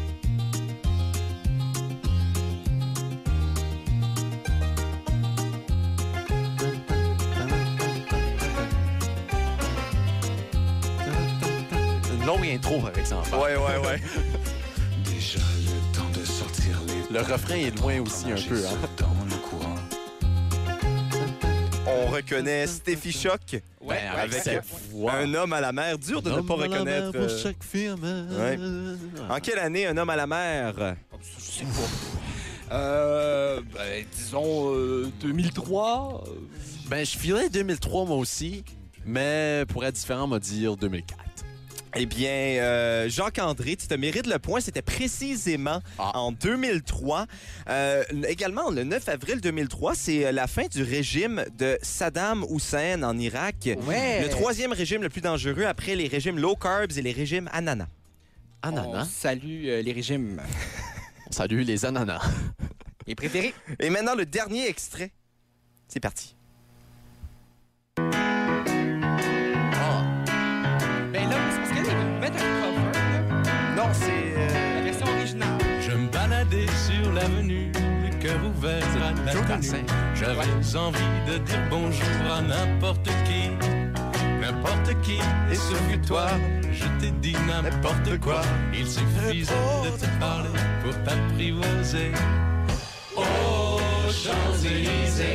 Une longue intro, par exemple. Ouais, ouais, ouais. Déjà le temps de sortir les Le refrain est loin aussi un peu, hein. dans le courant. On reconnaît Steffi Choc. Ouais, Ben, ouais, avec ouais, cette ouais. voix. Un homme à la mer, dur de ne pas reconnaître. Pour euh, chaque film. ouais. En quelle année un homme à la mer? Je sais pas. Euh, ben, disons euh, deux mille trois. euh, Ben, je filais deux mille trois, moi aussi, mais pour être différent, on va dire deux mille quatre. Eh bien, euh, Jacques-André, tu te mérites le point. C'était précisément Ah. en deux mille trois. Euh, également, le neuf avril deux mille trois, c'est la fin du régime de Saddam Hussein en Irak. Ouais. Le troisième régime le plus dangereux après les régimes low carbs et les régimes ananas. On Ananas. salue euh, les régimes. On salue les ananas. Les préférés. Et maintenant, le dernier extrait. C'est parti. Ben là, c'est parce qu'elle veut mettre un cover, là. Non, c'est... euh, La version originale. Je me baladais sur l'avenue, le cœur ouvert à l'inconnu. J'avais envie de dire bonjour à n'importe qui, n'importe qui. Et ce fut toi, je t'ai dit n'importe quoi. Il suffisait de te parler pour t'apprivoiser. Oh, Champs-Élysées.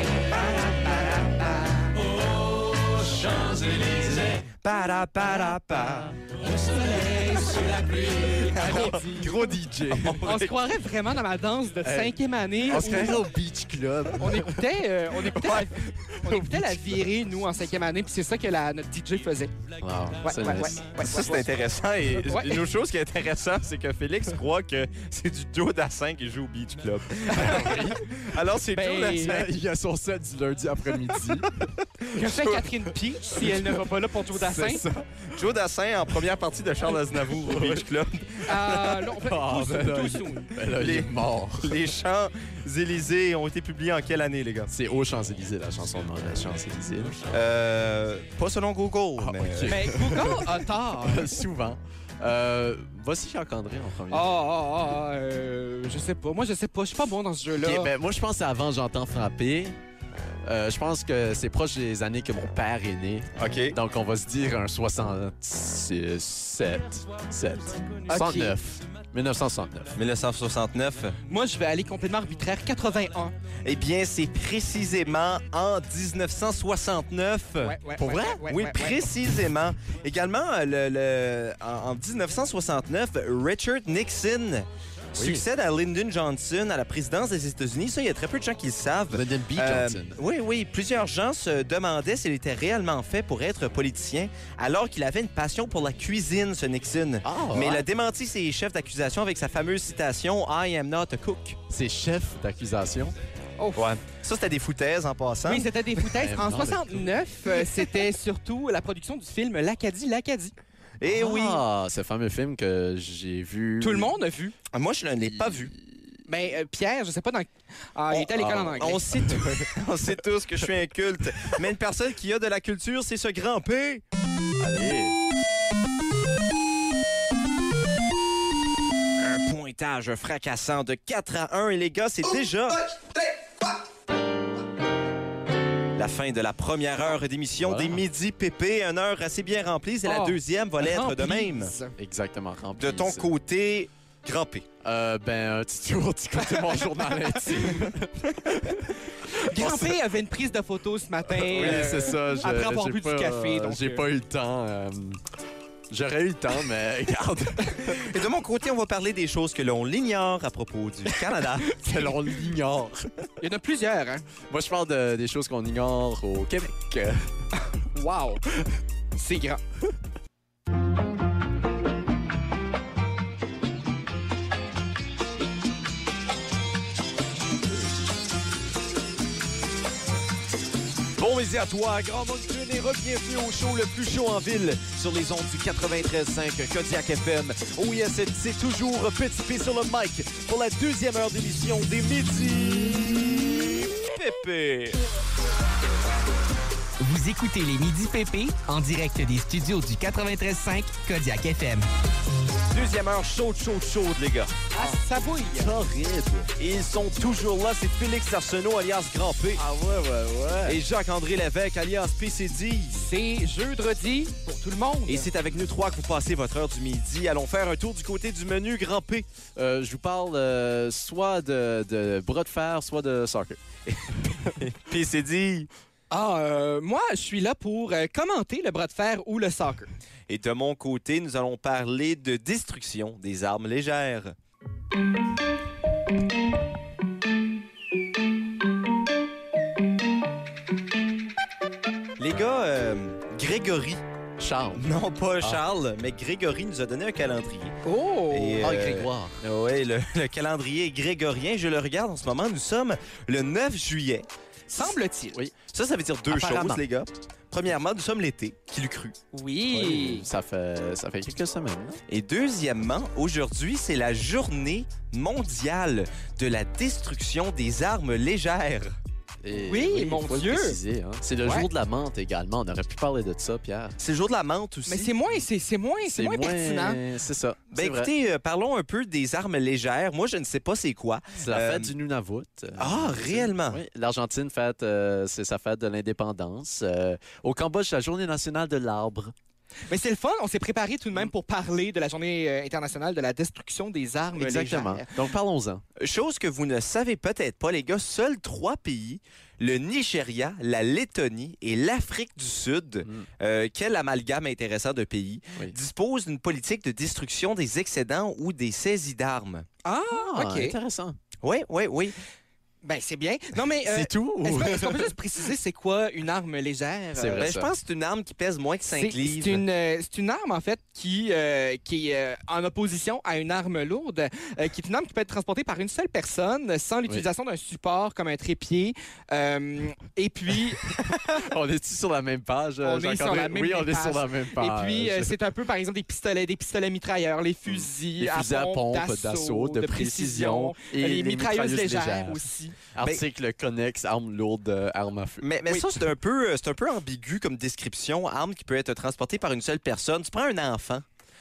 Oh, Champs-Élysées. Para, para, para. Au soleil, sous la pluie. Gros D J. On se croirait vraiment dans ma danse de cinquième année. On se où croirait au Beach Club. on écoutait, euh, on écoutait, la, on écoutait la virée, nous, en cinquième année, puis c'est ça que la, notre D J faisait. Wow, Ouais, c'est ouais, nice. ouais, ouais, Ça, ouais, c'est ouais. intéressant. Et Ouais. une autre chose qui est intéressante, c'est que Félix croit que c'est du Joe Dassin qui joue au Beach Club. Alors, c'est Ben, Joe Dassin. Il y a son set du lundi après-midi. Que fait Catherine Peach si elle ne va pas là pour Joe Dassin? C'est ça. Joe Dassin en première partie de Charles Aznavour au Beach Club. Euh, là, on fait Ah, tout, ben là, tout, il- tout. Ben là, il Les- est mort. Les Champs-Élysées ont été publiés en quelle année, les gars? C'est aux Champs-Élysées, la chanson de la Champs-Élysées. Euh, pas selon Google, Ah, mais... ok. Mais Google a tort. Souvent. Euh, Voici Jacques-André en premier. Ah, ah, ah, euh, je sais pas. Moi, je sais pas. Je suis pas bon dans ce jeu-là. Ok, ben, moi, je pense que c'est avant J'entends frapper. Euh, je pense que c'est proche des années que mon père est né. OK. Donc, on va se dire un soixante-six, sept, sept, soixante-neuf. mille neuf cent soixante-neuf. mille neuf cent soixante-neuf. Moi, je vais aller complètement arbitraire. quatre-vingt-un. Eh bien, c'est précisément en dix-neuf cent soixante-neuf. Ouais, ouais, Pour ouais, vrai? ouais, ouais, Oui, ouais, ouais. précisément. Également, euh, le, le- en, en dix-neuf cent soixante-neuf, Richard Nixon succède à Lyndon Johnson à la présidence des États-Unis. Ça, il y a très peu de gens qui le savent. Lyndon B. Euh, Johnson. oui, oui. Plusieurs gens se demandaient s'il était réellement fait pour être politicien, alors qu'il avait une passion pour la cuisine, ce Nixon. Ah, Mais il ouais? a démenti ses chefs d'accusation avec sa fameuse citation « I am not a cook C'est chef d'accusation. ». Oh. Ouais. Ça, c'était des foutaises en passant. Oui, c'était des foutaises. Ben, En non, soixante-neuf, euh, c'était surtout la production du film L'Acadie, l'Acadie. Et oui. Ah, ce fameux film que j'ai vu. Tout le monde a vu. Moi, je ne l'ai pas vu. Mais euh, Pierre, je sais pas dans... Ah, il était à l'école ah, en anglais. On sait, tous- on sait tous que je suis inculte. Mais une personne qui a de la culture, c'est ce grand P. Allez. Un pointage fracassant de quatre à un. Et les gars, c'est déjà la fin de la première heure d'émission Voilà. des Midi Pépé. Une heure assez bien remplie. C'est la Oh, deuxième, va l'être de Remplise. même. Exactement, rempli. De ton côté, grand P. Euh, ben, un petit tour du côté de mon journal intime. Grand P avait une prise de photo ce matin. Oui, euh, c'est ça. je- après avoir j'ai bu du pas, café, euh, donc, J'ai euh, pas eu le temps. euh, J'aurais eu le temps, mais regarde, Et de mon côté, on va parler des choses que l'on l'ignore à propos du Canada. que l'on l'ignore. Il y en a plusieurs, hein? Moi, je parle de- des choses qu'on ignore au Québec. Wow! C'est grand. Bon midi à toi, Grand Moncton, et re-bienvenue au show le plus chaud en ville sur les ondes du quatre-vingt-treize virgule cinq Kodiak F M. Oh yes, c'est- c'est toujours Petit P sur le mic pour la deuxième heure d'émission des Midi Pépé. Vous écoutez les Midi P P en direct des studios du quatre-vingt-treize virgule cinq Kodiak F M. Deuxième heure chaude, chaude, chaude, les gars. Ah, ça bouille! Horrible. Et ils sont toujours là, c'est Félix Arsenault, alias Grand P. Ah ouais, ouais, ouais. Et Jacques-André Lévesque, alias P C D. C'est jeudi pour tout le monde. Et c'est avec nous trois que vous passez votre heure du midi. Allons faire un tour du côté du menu Grand P. Euh, je vous parle euh, soit de, de bras de fer, soit de soccer. P C D. Ah, euh, moi, je suis là pour euh, commenter le bras de fer ou le soccer. Et de mon côté, nous allons parler de destruction des armes légères. Les gars, euh, Grégory. Charles. Non, pas Charles, mais Grégory nous a donné un calendrier. Oh! Et, Ah, euh, Grégoire. Oui, le, le calendrier grégorien, je le regarde en ce moment. Nous sommes le neuf juillet. Semble-t-il. Oui. Ça, ça veut dire deux Apparemment. choses, les gars. Premièrement, nous sommes l'été, qui l'eût cru. Oui. Ça fait, ça fait quelques semaines. Là. Et deuxièmement, aujourd'hui, c'est la journée mondiale de la destruction des armes légères. Et Oui, mon faut le Dieu. préciser, hein. C'est le Ouais. jour de la menthe également. On aurait pu parler de ça, Pierre. C'est le jour de la menthe aussi. Mais c'est moins, c'est, c'est moins, c'est moins pertinent. C'est ça. Ben c'est vrai. écoutez, euh, parlons un peu des armes légères. Moi, je ne sais pas c'est quoi. C'est la euh, fête du Nunavut. Euh, Ah, réellement? Oui, l'Argentine fête, euh, c'est sa fête de l'indépendance. Euh, au Cambodge, c'est la journée nationale de l'arbre. Mais c'est le fun. On s'est préparé tout de même pour parler de la journée euh, internationale de la destruction des armes Exactement. légères. Donc, parlons-en. Chose que vous ne savez peut-être pas, les gars, seuls trois pays, le Nigeria, la Lettonie et l'Afrique du Sud, Mm. euh, quel amalgame intéressant de pays, Oui. disposent d'une politique de destruction des excédents ou des saisies d'armes. Ah, Ah, OK. intéressant. Oui, oui, oui. Ben, c'est bien. Non, mais... euh, C'est tout? Est-ce ou- qu'on est-ce qu'on peut juste préciser c'est quoi une arme légère? C'est vrai. Ben, je ça. pense que c'est une arme qui pèse moins que cinq C'est livres. c'est une, euh, c'est une arme, en fait, qui, euh, qui est euh, en opposition à une arme lourde, euh, qui est une arme qui peut être transportée par une seule personne sans l'utilisation d'un support comme un trépied. Euh, et puis, On est-tu sur la même page? On est Jean-André? sur la même Oui, on est page. sur la même et page. puis euh, c'est un peu, par exemple, des pistolets, des pistolets mitrailleurs, les fusils, Les fusils à pompe, d'assaut, d'assaut, de précision et et les, les mitrailleuses mitrailleuses légères, légères. aussi. Article connexe, arme lourde, euh, arme à feu. Mais, mais Oui. ça, c'est un, peu, c'est un peu ambigu comme description. Arme qui peut être transportée par une seule personne. Tu prends un enfant.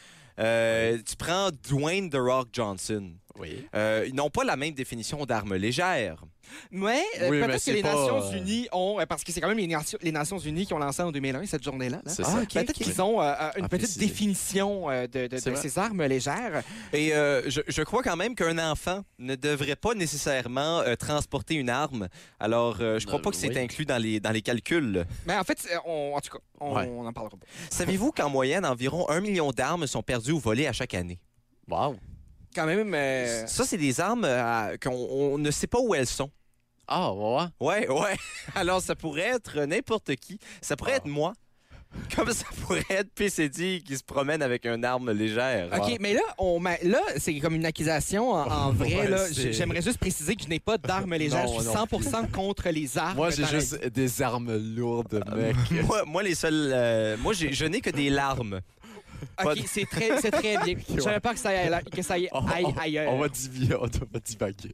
Euh, tu prends Dwayne The Rock Johnson. Oui. Euh, ils n'ont pas la même définition d'arme légère. Mais euh, Oui, mais peut-être que c'est les pas, Nations euh, Unies ont, euh, parce que c'est quand même les, Nations- les Nations Unies qui ont lancé en deux mille un cette journée-là. là. C'est Ah, ça. ok, Peut-être ok. qu'ils ont euh, euh, une À petite préciser. définition euh, de, de- C'est de vrai. ces armes légères. Et euh, je, je crois quand même qu'un enfant ne devrait pas nécessairement euh, transporter une arme. Alors, euh, je crois Euh, pas que c'est oui. inclus dans les, dans les calculs. Mais en fait, euh, on, en tout cas, on Ouais. n'en parlera pas. Savez-vous qu'en moyenne, environ un million d'armes sont perdues ou volées à chaque année? Wow. Quand même, euh, Ça, c'est des armes euh, qu'on on ne sait pas où elles sont. Ah, ouais. Ouais, ouais. Alors, ça pourrait être n'importe qui. Ça pourrait Ah. être moi. Comme ça pourrait être P C D qui se promène avec une arme légère. OK, Wow. mais là, on m'a- là c'est comme une accusation en, en vrai. Ouais, là. c'est- J- J'aimerais juste préciser que je n'ai pas d'armes légères. Non, je suis non cent pour cent contre les armes. Moi, j'ai dans la juste vie. des armes lourdes, mec. Moi, moi, les seuls. euh, moi, j'ai- je n'ai que des larmes. pas OK, de- c'est très, c'est très bien. Je savais pas que ça aille, que ça aille, On, aille on- ailleurs. on va divaguer. On va divaguer.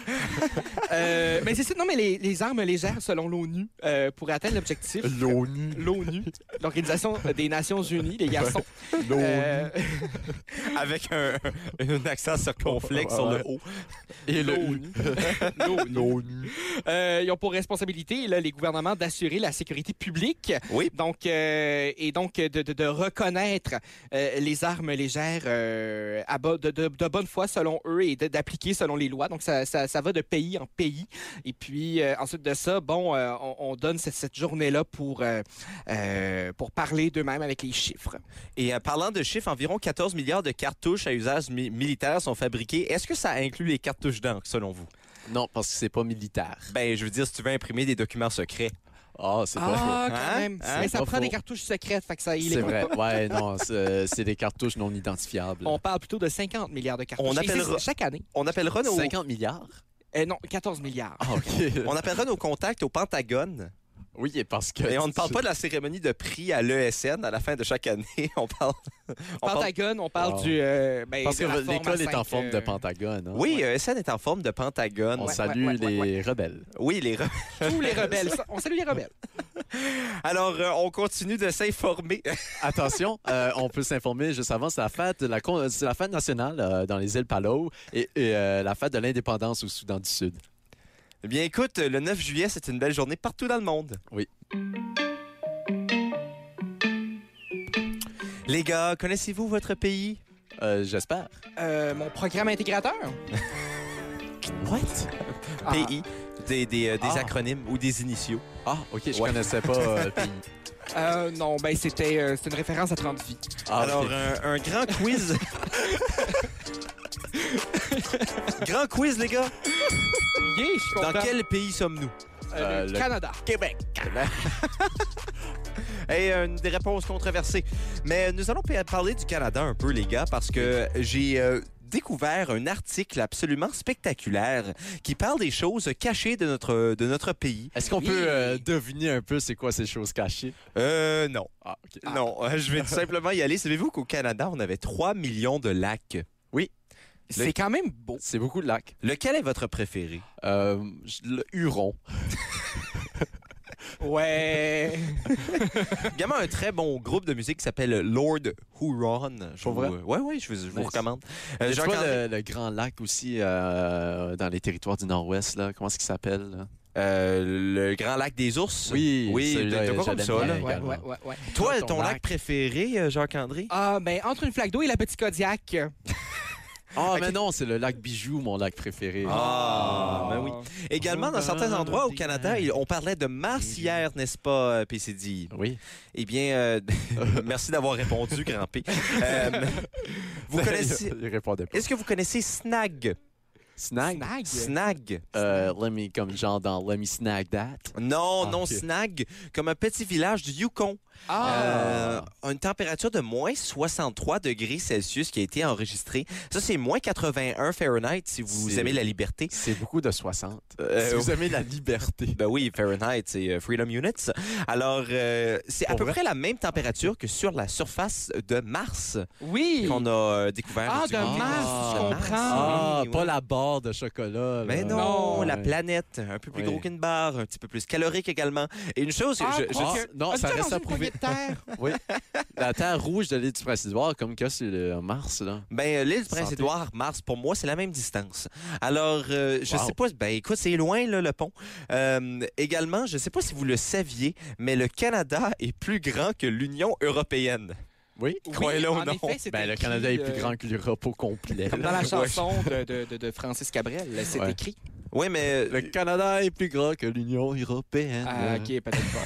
Euh, mais c'est ça. Non, mais les, les armes légères, selon l'ONU, euh, pour atteindre l'objectif. L'ONU. L'ONU, l'Organisation des Nations Unies, les garçons. L'ONU. Euh, Avec un, un accent circonflexe sur le haut. Et le l'ONU. l'ONU. Euh, ils ont pour responsabilité, là, les gouvernements, d'assurer la sécurité publique. Oui. Donc, euh, et donc, de, de- de reconnaître euh, les armes légères euh, à bo- de, de- de bonne foi, selon eux, et de- d'appliquer selon les lois. Donc, ça, ça, ça va de pays en pays. Et puis, euh, ensuite de ça, bon, euh, on, on donne cette, cette journée-là pour, euh, euh, pour parler d'eux-mêmes avec les chiffres. Et euh, parlant de chiffres, environ quatorze milliards de cartouches à usage mi- militaire sont fabriquées. Est-ce que ça inclut les cartouches d'encre, selon vous? Non, parce que c'est pas militaire. Ben, je veux dire, si tu veux imprimer des documents secrets. Ah, c'est pas faux. Ah, quand Hein? même. Hein? Mais ça Pas prend faux. des cartouches secrètes, fait que ça, il C'est écoute vrai. pas. Ouais, non, c'est c'est des cartouches non identifiables. On parle plutôt de cinquante milliards de cartouches. On Et c'est appellera- chaque année. On appellera nos, cinquante milliards? Euh, non, quatorze milliards. Ah, OK. on appellera nos contacts au Pentagone. Oui, et parce que... Et on ne parle pas de la cérémonie de prix à l'E S N à la fin de chaque année. On parle. on parle- Pentagone, on parle Wow. du. euh, ben, Parce de que la forme à l'école est en cinq, forme de euh, pentagone. hein? Oui, E S N est en forme de Pentagone. On Ouais, salue ouais, ouais, les ouais, rebelles. Oui, les. re- Tous les rebelles. Ça, on salue les rebelles. Alors, euh, on continue de s'informer. Attention, euh, on peut s'informer juste avant, c'est la fête, de la, con- c'est la fête nationale euh, dans les îles Palau et, et, euh, la fête de l'indépendance au Soudan du Sud. Eh bien, écoute, le neuf juillet, c'est une belle journée partout dans le monde. Oui. Les gars, connaissez-vous votre pays? Euh, J'espère. Euh, mon programme intégrateur. What? P I. Des, des, euh, des Ah. acronymes ou des initiaux. Ah, OK, je Ouais. connaissais pas euh, P I. Euh, non, ben c'était euh, c'était une référence à trente vies. Ah, Alors, OK. un, un grand quiz. Grand quiz, les gars. Yeah, je suis Dans content. quel pays sommes-nous? Euh, Euh, le le- Canada. Québec. Et une des réponses controversées. Mais nous allons pa- parler du Canada un peu, les gars, parce que j'ai euh, découvert un article absolument spectaculaire qui parle des choses cachées de notre, de notre pays. Est-ce qu'on Oui. peut euh, deviner un peu c'est quoi ces choses cachées? Euh, non. Ah, OK. Non, euh, je vais tout simplement y aller. Savez-vous qu'au Canada, on avait trois millions de lacs? C'est quand même beau. C'est beaucoup de lacs. Lequel est votre préféré? Euh, j- le Huron. Ouais. Également un très bon groupe de musique qui s'appelle Lord Huron. Je Pour vous, vrai? ouais, ouais, je vous, je vous Nice. recommande. Euh, Euh, tu vois Jacques-André- le, le grand lac aussi euh, dans les territoires du Nord-Ouest, là. Comment est-ce qu'il s'appelle? là? Euh, le Grand Lac des Ours. Oui, oui, celui-là, t'as pas comme je ça, l'aime là. bien. Ouais, également. ouais, ouais, ouais. Toi, Ton ton lac, lac. préféré, euh, Jacques-André? Ah, ben entre une flaque d'eau et la petite Kodiak. Ah, mais non, c'est le lac Bijou, mon lac préféré. Ah, ben oui. Également, dans certains endroits au Canada, il- on parlait de Mars hier, n'est-ce pas, euh, P C D? Oui. Eh bien, euh, merci d'avoir répondu, Grand P. Euh, vous connaissez... Il répondait pas. Est-ce que vous connaissez Snag? Snag? Snag. Snag. Euh, let me, comme genre dans Let me snag that. Non, Ah, non, ok. Snag, comme un petit village du Yukon. Euh, une température de moins soixante-trois degrés Celsius qui a été enregistrée. Ça, c'est moins quatre-vingt-un Fahrenheit si vous C'est- aimez la liberté. C'est beaucoup de soixante. Euh, si vous aimez la liberté. Ben oui, Fahrenheit, c'est euh, Freedom Units. Alors, euh, c'est à Pour peu vrai? près la même température que sur la surface de Mars Oui. qu'on a euh, découvert. Ah, du de coup. Mars, je de comprends. Ah, oui, pas oui. la barre de chocolat. Mais là. non, Non. la Ouais. planète, un peu plus Oui. gros qu'une barre, un petit peu plus calorique également. Et une chose, Ah, je, je- Ah, que- non, Ah, ça tu as reste mangé à une prouver. poignée de terre. Oui. La terre rouge de l'île du Prince-Édouard, comme que c'est le Mars, là. Ben, euh, l'île du Santé. Prince-Édouard, Mars, pour moi, c'est la même distance. Alors, euh, je Wow. sais pas, ben écoute, c'est loin, là, le pont. Euh, également, je sais pas si vous le saviez, mais le Canada est plus grand que l'Union européenne. Oui. Croyez-le ou en non. effet, c'est Ben, le écrit, Canada est euh, plus grand que l'Europe au complet. Comme dans la Ouais. chanson de, de, de, de Francis Cabrel, c'est Ouais. écrit. Oui, mais Le Canada est plus grand que l'Union européenne. Ah, ok, peut-être pas,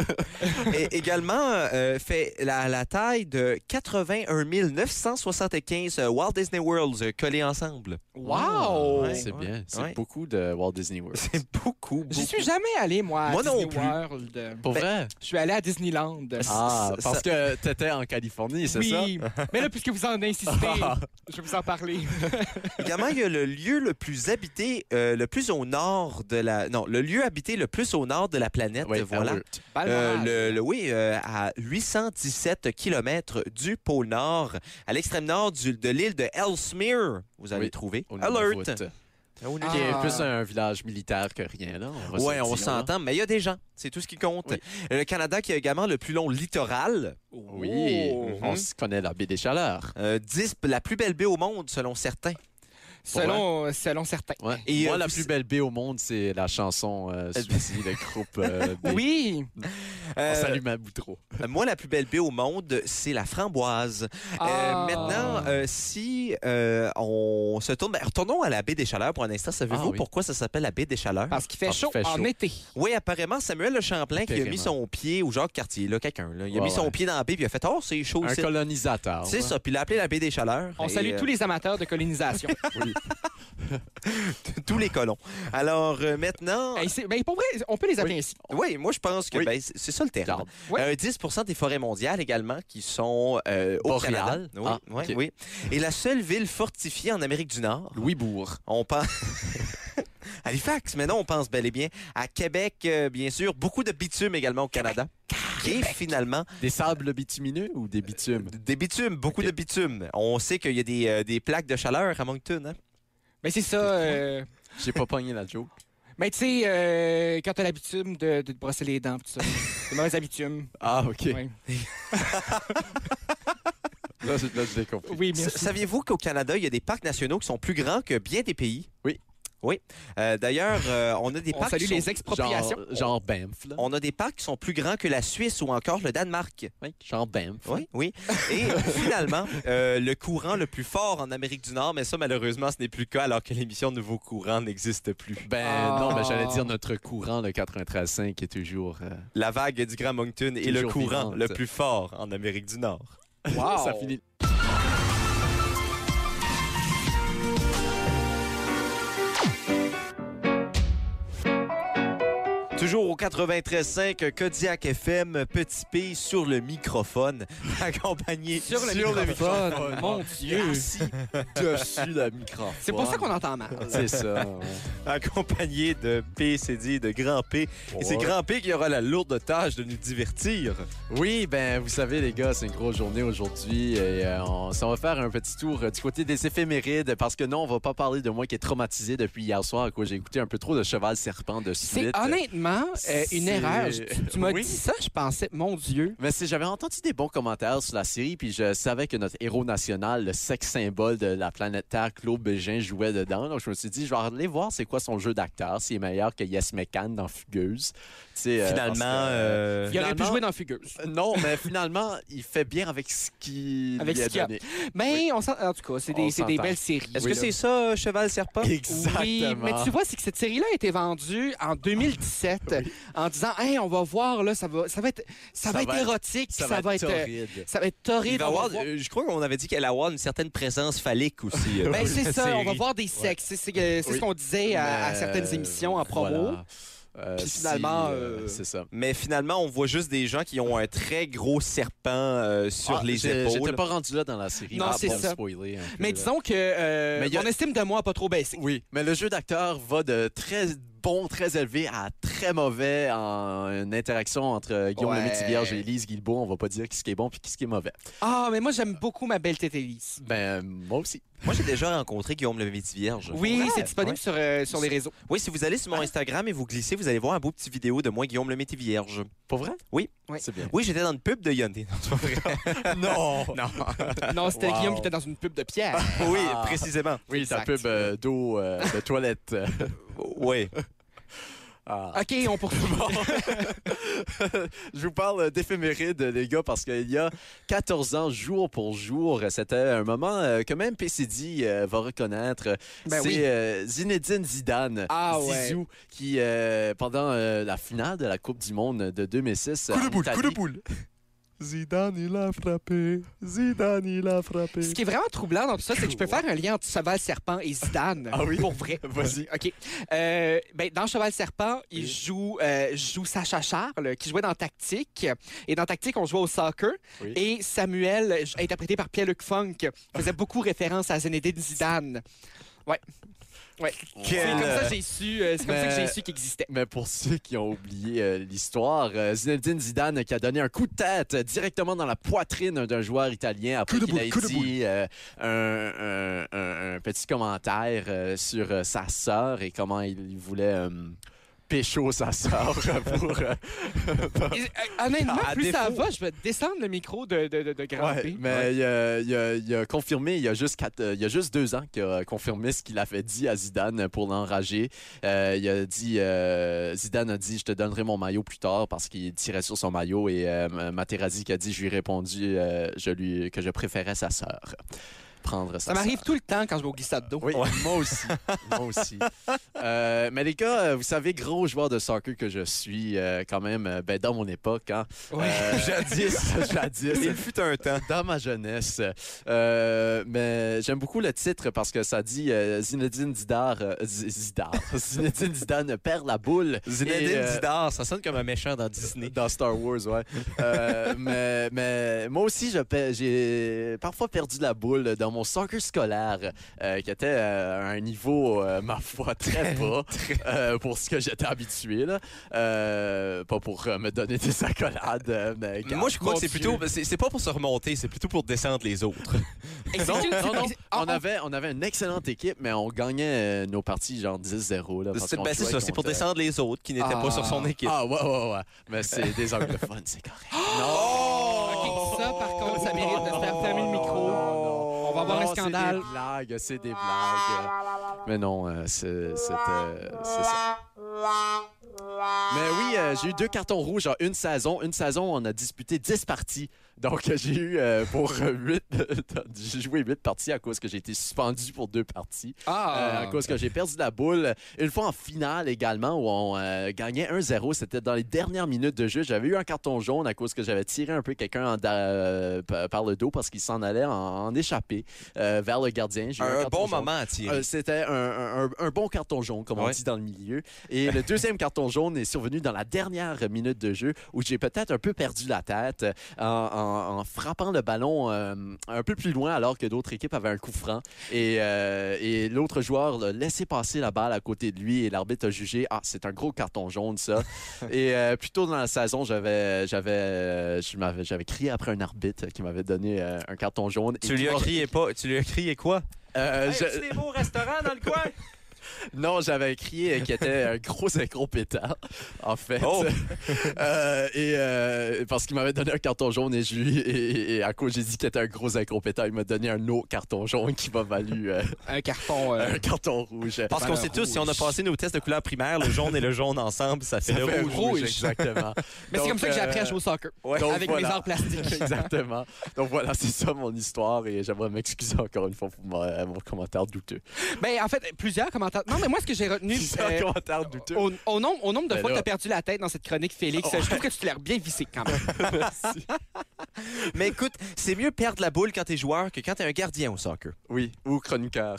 là. et- également euh, fait la, la taille de quatre-vingt-un mille neuf cent soixante-quinze euh, Walt Disney Worlds euh, collés ensemble. Wow! Ouais. C'est bien. C'est Ouais. beaucoup de Walt Disney World. C'est beaucoup, beaucoup. J'y suis jamais allé, moi, à Moi non Disney plus. World. Pour Ben, vrai? Je suis allé à Disneyland. Ah, ça- parce que t'étais en Californie, c'est ça? Oui, mais là, puisque vous en insistez, je vais vous en parler. Également, il y a le lieu le plus habité, euh, le plus au nord de la... Non, le lieu habité le plus au nord de la planète, Oui, voilà. Albert. Euh, Balmoral. le, le- oui, euh, à huit cent dix-sept kilomètres du pôle Nord, à l'extrême nord du- de l'île de Ellesmere, vous allez Oui, trouver. au Alert! Nunavut. Au Ah. Qui est plus un village militaire que rien, là. On va Oui, se on dire, là. s'entend, mais il y a des gens, c'est tout ce qui compte. Oui. Le Canada qui a également le plus long littoral, Oui, Oh. on se connaît la baie des Chaleurs. euh, dix, la plus belle baie au monde selon certains. Selon, selon certains. Ouais. Et, Moi, euh, la vous- plus belle baie au monde, c'est la chanson euh, Suzy, le groupe euh, B. Oui. On Euh, salue ma Boutreau. moi, la plus belle baie au monde, c'est la framboise. Euh, Ah. maintenant, euh, si euh, on se tourne... ben, retournons à la baie des Chaleurs pour un instant. Savez-vous Ah oui. pourquoi ça s'appelle la baie des Chaleurs? Parce qu'il fait Parce chaud qu'il fait en chaud. été. Oui, apparemment, Samuel Le Champlain qui a mis Apparemment. son pied, ou Jacques Cartier, là, quelqu'un, là, il a Ouais, mis son ouais. pied dans la baie puis il a fait « Oh, c'est chaud Un aussi. colonisateur. C'est ouais. ça, puis il l'a appelé la baie des Chaleurs. On Et, salue euh, tous les amateurs de colonisation. Oui. tous les colons. Alors, euh, maintenant... Hey, c'est- ben, pour vrai, on peut les appeler ainsi. Oui, moi, je pense que Oui. ben, c'est c'est ça le terme. Garde. Ouais. Euh, dix pour cent des forêts mondiales également qui sont euh, au Boréales. Canada. Oui, Ah, oui, ok. oui. Et la seule ville fortifiée en Amérique du Nord, Louisbourg. on pense... Halifax, mais non, on pense bel et bien à Québec, euh, bien sûr. Beaucoup de bitume également au Canada. Qui est finalement Des sables bitumineux ou des bitumes? des bitumes, beaucoup Ok. de bitume. On sait qu'il y a des, euh, des plaques de chaleur à Moncton. Hein? Mais c'est ça. euh, J'ai pas pogné la joke. Mais tu sais, euh, quand t'as l'habitude de, de te brosser les dents, pis tout ça. C'est mauvaise habitude. Ah, OK. Ouais. Là, je- là, je l'ai compris. Oui, S- merci. Saviez-vous qu'au Canada, il y a des parcs nationaux qui sont plus grands que bien des pays? Oui. Oui. Euh, D'ailleurs, euh, on a des On parcs salue qui sont- les expropriations. Genre, genre Banff, là. On a des parcs qui sont plus grands que la Suisse ou encore le Danemark. Oui, genre Banff. Oui, oui. Et finalement, euh, le courant le plus fort en Amérique du Nord, mais ça, malheureusement, ce n'est plus le cas alors que l'émission Nouveau Courant n'existe plus. Ben Ah. non, mais j'allais dire notre courant, le quatre-vingt-treize cinq, est toujours... euh, La vague du Grand Moncton est le Toujours courant vivante. le plus fort en Amérique du Nord. Wow. Ça finit... Toujours au quatre-vingt-treize cinq Kodiak F M, Petit P sur le microphone, accompagné Sur le Sur le microphone. microphone. Mon Dieu. assis dessus le microphone. C'est pour ça qu'on entend mal. C'est ça, ouais. accompagné de P, c'est dit, de Grand P. Et c'est Ouais. Grand P qui aura la lourde tâche de nous divertir. Oui, ben vous savez les gars, c'est une grosse journée aujourd'hui et euh, on, on va faire un petit tour euh, du côté des éphémérides parce que non, on va pas parler de moi qui est traumatisé depuis hier soir à quoi j'ai écouté un peu trop de Cheval Serpent de C'est suite. honnêtement euh, une C'est- erreur. Tu, tu m'as Oui. dit ça, je pensais, mon Dieu. Mais c'est, j'avais entendu des bons commentaires sur la série, puis je savais que notre héros national, le sexe symbole de la planète Terre, Claude Bégin, jouait dedans. Donc je me suis dit, je vais aller voir c'est quoi son jeu d'acteur, s'il est meilleur que Yes McCann dans Fugueuse. Tu sais, euh, Finalement, parce que, euh, Il aurait pu finalement- jouer dans Fugueuse. euh, Non, mais finalement, il fait bien avec ce qu'il Avec lui ce a qu'il y a. donné. Mais on s'en- en tout cas, c'est On des, c'est des s'entend. belles séries. est-ce Oui, que là. c'est ça, Cheval Serpent? Exactement. Oui, mais tu vois, c'est que cette série-là a été vendue en deux mille dix-sept en disant, hey, on va voir, là, ça va, ça va être, ça va être érotique, Ça, ça, va être, euh, torride. ça va être torride. Il va on va avoir, voir- euh, je crois qu'on avait dit qu'elle allait avoir une certaine présence phallique aussi. euh, Ben, dans c'est la ça, on va série. voir des sexes. C'est, c'est, c'est Oui. ce qu'on disait à, à Mais, certaines émissions en promo. voilà. Euh, Puis si, finalement, euh, euh, c'est ça. Mais finalement, on voit juste des gens qui ont un très gros serpent euh, sur Ah, les j'ai- épaules. J'étais pas rendu là dans la série. Non, mais c'est pour ça. spoiler un peu, Mais là. disons que euh, Mais il y a- mon estime de moi n'a pas trop baissé. Oui, mais le jeu d'acteur va de très bon, très élevé à très mauvais en une interaction entre Guillaume Ouais. le Métivierge et Élise Guilbeault. On va pas dire qui est bon puis qui est mauvais. Ah, mais moi, j'aime beaucoup ma belle tête Élise. Ben, moi aussi. Moi, j'ai déjà rencontré Guillaume le Métivierge. Oui, Ouais. c'est disponible Ouais. sur, euh, sur les réseaux. Oui, si vous allez sur mon Instagram et vous glissez, vous allez voir un beau petit vidéo de moi, Guillaume le Métivierge. Pas vrai? Oui. Oui. C'est bien. Oui, j'étais dans une pub de Hyundai. Non, c'est pas vrai. Non! non. Non, c'était Wow. Guillaume qui était dans une pub de pierre. Oui, Ah. précisément. Oui, ta Exact. pub euh, d'eau euh, de toilette. Oui. Ah. OK, on poursuit. Je vous parle d'éphéméride, les gars, parce qu'il y a quatorze ans, jour pour jour, c'était un moment euh, que même P C D euh, va reconnaître. Ben C'est oui. euh, Zinedine Zidane, Ah ouais. Zizou, qui, euh, pendant euh, la finale de la Coupe du Monde de deux mille six... Coup de en boule, coup de Italie- boule. Zidane, il a frappé. Zidane, il a frappé. Ce qui est vraiment troublant dans tout ça, c'est que je peux faire un lien entre Cheval Serpent et Zidane. Ah oui? Pour vrai. Vas-y. OK. Euh, ben, dans Cheval Serpent, il joue, euh, joue Sacha Charles, qui jouait dans Tactique. Et dans Tactique, on jouait au soccer. Oui. Et Samuel, interprété par Pierre-Luc Funk, faisait beaucoup référence à Zinedine Zidane. Ouais. Ouais. C'est Quel, comme ça euh, que j'ai su, euh, c'est comme ça que mais- j'ai su qu'il existait. Mais pour ceux qui ont oublié euh, l'histoire, euh, Zinedine Zidane qui a donné un coup de tête euh, directement dans la poitrine d'un joueur italien après Coup de qu'il boule, ait coup de dit euh, un, un- un- un petit commentaire euh, sur euh, sa sœur et comment il, il voulait euh, pécho sa sœur pour... euh, Et, euh, honnêtement, À plus ça défaut- va, je vais descendre le micro de, de, de, de Grand Ouais, P. mais il, a, il a- il a confirmé, il y a, juste quatre- euh, il y a juste deux ans qu'il a confirmé ce qu'il avait dit à Zidane pour l'enrager. Euh, il a dit, euh, Zidane a dit, je te donnerai mon maillot plus tard parce qu'il tirait sur son maillot et euh, Materazzi qui a dit, je lui ai répondu euh, je lui, que je préférais sa sœur. Prendre sa Ça m'arrive sœur. tout le temps quand je vais au glissade d'eau. Oui, moi aussi. Moi aussi. Euh, mais les gars, euh, vous savez, gros joueur de soccer que je suis, euh, quand même, euh, ben, dans mon époque, hein, Ouais. euh, jadis, jadis, Il fut un temps. dans ma jeunesse. Euh, mais j'aime beaucoup le titre parce que ça dit euh, Zinedine Zidane, euh, Z- Zidane, Zinedine Zidane perd la boule. Zinedine Et, euh, Zidane, ça sonne comme un méchant dans Disney. Dans Star Wars, ouais. Euh, mais, mais moi aussi, je pe- j'ai parfois perdu la boule dans mon soccer scolaire, euh, qui était euh, à un niveau, euh, ma foi, très bas euh, pour ce que j'étais habitué. Là. Euh, pas pour euh, me donner des accolades, euh, mais... Moi, je crois Mon que c'est Dieu. plutôt. C'est c'est pas pour se remonter, c'est plutôt pour descendre les autres. Et Non, c'est- non, non. c'est- ah, On avait, on avait une excellente équipe, mais on gagnait euh, nos parties genre dix zéro. là, parce C'est qu'on ben, c'est jouait ça, c'est pour contre- descendre les autres qui n'étaient Ah. pas sur son équipe. Ah, ouais, ouais, ouais. Mais c'est des anglophones, c'est correct. Oh! OK, ça, par contre, ça mérite de se faire fermer le micro. On va avoir un Non, scandale. C'est des blagues, c'est des blagues. Mais non, euh, c'est, c'était, c'est ça. Mais oui, euh, j'ai eu deux cartons rouges en une saison. Une saison, on a disputé dix parties. Donc, j'ai eu euh, pour huit... j'ai joué huit parties à cause que j'ai été suspendu pour deux parties. Ah! Euh, à cause que j'ai perdu la boule. Une fois en finale également, où on euh, gagnait un zéro. C'était dans les dernières minutes de jeu. J'avais eu un carton jaune à cause que j'avais tiré un peu quelqu'un en da- euh, par le dos parce qu'il s'en allait en, en échappée euh, vers le gardien. J'ai eu Un, un carton bon jaune. moment à tirer. Euh, c'était un, un- un bon carton jaune, comme on Ouais. dit dans le milieu. Et le deuxième carton jaune est survenu dans la dernière minute de jeu où j'ai peut-être un peu perdu la tête en, en- en frappant le ballon euh, un peu plus loin alors que d'autres équipes avaient un coup franc. Et, euh, et l'autre joueur a laissé passer la balle à côté de lui et l'arbitre a jugé « Ah, c'est un gros carton jaune, ça. » Et euh, plus tôt dans la saison, j'avais, j'avais, euh, je m'avais- j'avais crié après un arbitre qui m'avait donné euh, un carton jaune. Tu Et lui as qui m'a- crié pas. Tu lui as crié quoi? Euh, Hey, je- as-tu des beaux restaurants dans le coin? Non, j'avais crié qu'il était un gros incompétent, en fait. Oh. Euh, et euh, parce qu'il m'avait donné un carton jaune et, je lui, et, et à cause j'ai dit qu'il était un gros incompétent, il m'a donné un autre carton jaune qui m'a valu euh, Un carton. euh, un carton rouge. Parce qu'on sait tous, si on a passé nos tests de couleur primaire, le jaune et le jaune ensemble, ça fait Ça le fait un rouge. rouge, exactement. Mais c'est Donc, comme ça que j'ai appris à euh, jouer au soccer. Ouais. donc avec voilà. mes arts plastiques. Exactement. Donc voilà, c'est ça mon histoire et j'aimerais m'excuser encore une fois pour mon, mon commentaire douteux. Ben, en fait, plusieurs commentaires. Non, mais moi, ce que j'ai retenu. Plusieurs euh, commentaires douteux. Au, au nombre, au nombre de Ben fois que là. tu as perdu la tête dans cette chronique, Félix, Oh. je trouve que tu t'es l'air bien vissé quand même. Mais écoute, c'est mieux perdre la boule quand t'es joueur que quand t'es un gardien au soccer. Oui, ou chroniqueur.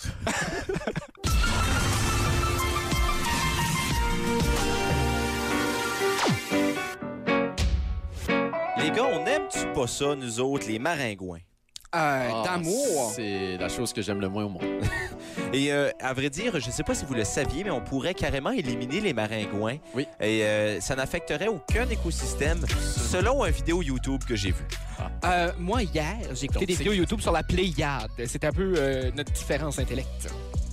Les gars, on aime-tu pas ça, nous autres, les maringouins? Euh, Ah, D'amour. C'est la chose que j'aime le moins au monde. Et euh, à vrai dire, je sais pas si vous le saviez, mais on pourrait carrément éliminer les maringouins. Oui. Et euh, ça n'affecterait aucun écosystème, selon une vidéo YouTube que j'ai vue. Euh, moi, hier, j'ai écouté Donc, des c'est vidéos qui? YouTube sur la Pléiade. C'est un peu euh, notre différence intellect.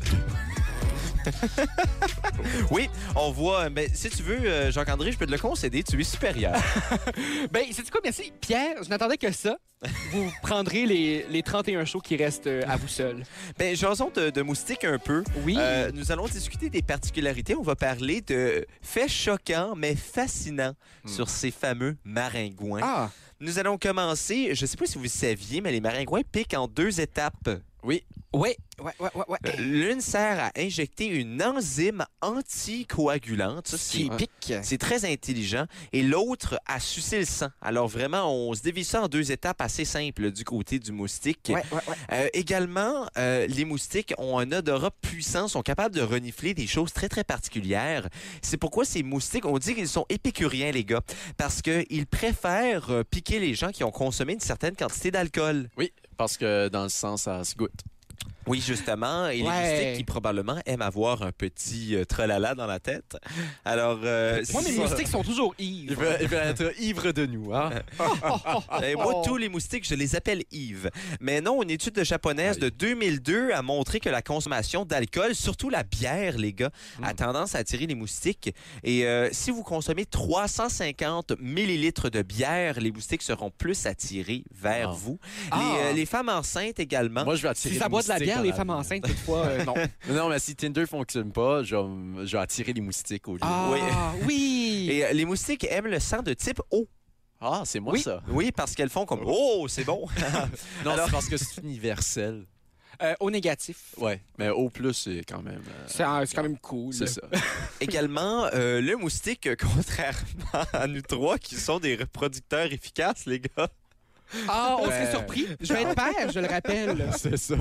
Oui, on voit. Mais si tu veux, euh, Jacques-André, je peux te le concéder, tu es supérieur. Ben, c'est quoi, merci. Pierre, je n'attendais que ça. Vous prendrez les, les trente et un shows qui restent euh, à vous seul. Ben, jason de, de moustiques un peu. Oui. Euh, nous allons discuter des particularités. On va parler de faits choquants, mais fascinants sur ces fameux maringouins. Ah, Nous allons commencer. Je ne sais pas si vous saviez, mais les maringouins piquent en deux étapes. Oui. ouais, ouais, ouais, ouais. ouais. Euh, L'une sert à injecter une enzyme anticoagulante. Ça, Qui c'est pique. c'est très intelligent. Et l'autre à sucer le sang. Alors vraiment, on se divise ça en deux étapes assez simples du côté du moustique. Ouais, ouais, ouais. Euh, également, euh, les moustiques ont un odorat puissant, sont capables de renifler des choses très, très particulières. C'est pourquoi ces moustiques, on dit qu'ils sont épicuriens, les gars, parce qu'ils préfèrent euh, piquer les gens qui ont consommé une certaine quantité d'alcool. Oui, parce que dans le sang, ça se goûte. Oui, justement. Et les Ouais. moustiques qui probablement aiment avoir un petit euh, tralala dans la tête. Alors, euh, Moi, mes si- moustiques sont toujours Il ivres. veut, il veut être ivre de nous, hein? Eh, moi, tous les moustiques, je les appelle Yves. Mais non, une étude japonaise de deux mille deux a montré que la consommation d'alcool, surtout la bière, les gars, a tendance à attirer les moustiques. Et euh, si vous consommez trois cent cinquante millilitres de bière, les moustiques seront plus attirés vers Ah. vous. Ah. Les, euh, les femmes enceintes également. Moi, je vais attirer Si ça les boit de la moustiques bière, dans les la femmes vie. enceintes, toutefois, euh, non. Non, mais si Tinder fonctionne pas, je vais, je vais attirer les moustiques au lieu. Ah, oui. Et euh, les moustiques aiment le sang de type O. Ah, c'est moi Oui, ça. oui, parce qu'elles font comme « Oh, c'est bon! » Non, Alors- c'est parce que c'est universel. Euh, au négatif. Ouais, mais au plus, c'est quand même... euh, C'est euh, c'est quand même cool. c'est ça. Également, euh, le moustique, euh, contrairement à nous trois, qui sont des reproducteurs efficaces, les gars. Ah, on serait Ouais. surpris. Je vais être père, je le rappelle. c'est ça.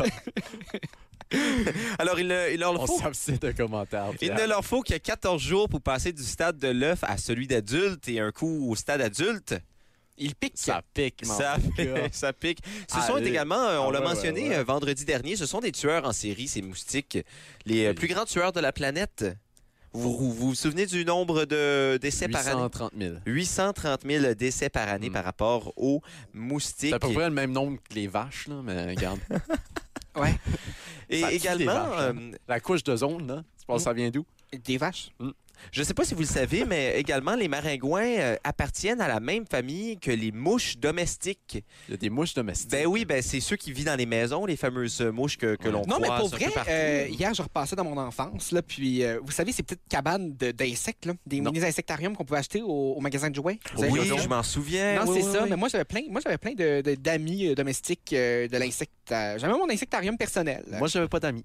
Alors, il, ne- il leur On faut... s'abstient d'un commentaire. Il Pierre. ne leur faut que quatorze jours pour passer du stade de l'œuf à celui d'adulte et un coup au stade adulte. Il pique. Ça pique, man. Ça, ça pique. Ce sont Allez. également, euh, on Ah l'a ouais, mentionné ouais, ouais. euh, vendredi dernier, ce sont des tueurs en série, ces moustiques. Les euh, Oui. plus grands tueurs de la planète. Vous vous, vous vous souvenez du nombre de décès par année? huit cent trente mille. huit cent trente mille décès par année Mm. par rapport aux moustiques. C'est à peu près le même nombre que les vaches, là, mais regarde. Ouais. Et Ça tue les également, vaches, hein. euh, La couche d'ozone, là, tu penses que ça vient d'où? Des vaches. Je ne sais pas si vous le savez, mais également, les maringouins euh, appartiennent à la même famille que les mouches domestiques. Il y a des mouches domestiques. Ben oui, ben c'est ceux qui vivent dans les maisons, les fameuses mouches que, que l'on Non, mais croise pour un vrai, peu partout. euh, hier, je repassais dans mon enfance, là, puis euh, vous savez, ces petites cabanes de- d'insectes, là, des Non. mini-insectariums qu'on pouvait acheter au, au magasin de jouets. Vous avez Oui, vu ça? je m'en souviens. Non, Oui, c'est oui, ça. oui. Mais moi, j'avais plein, moi, j'avais plein de, de- d'amis euh, domestiques euh, de l'insecte. euh, J'avais mon insectarium personnel. Moi, j'avais pas d'amis.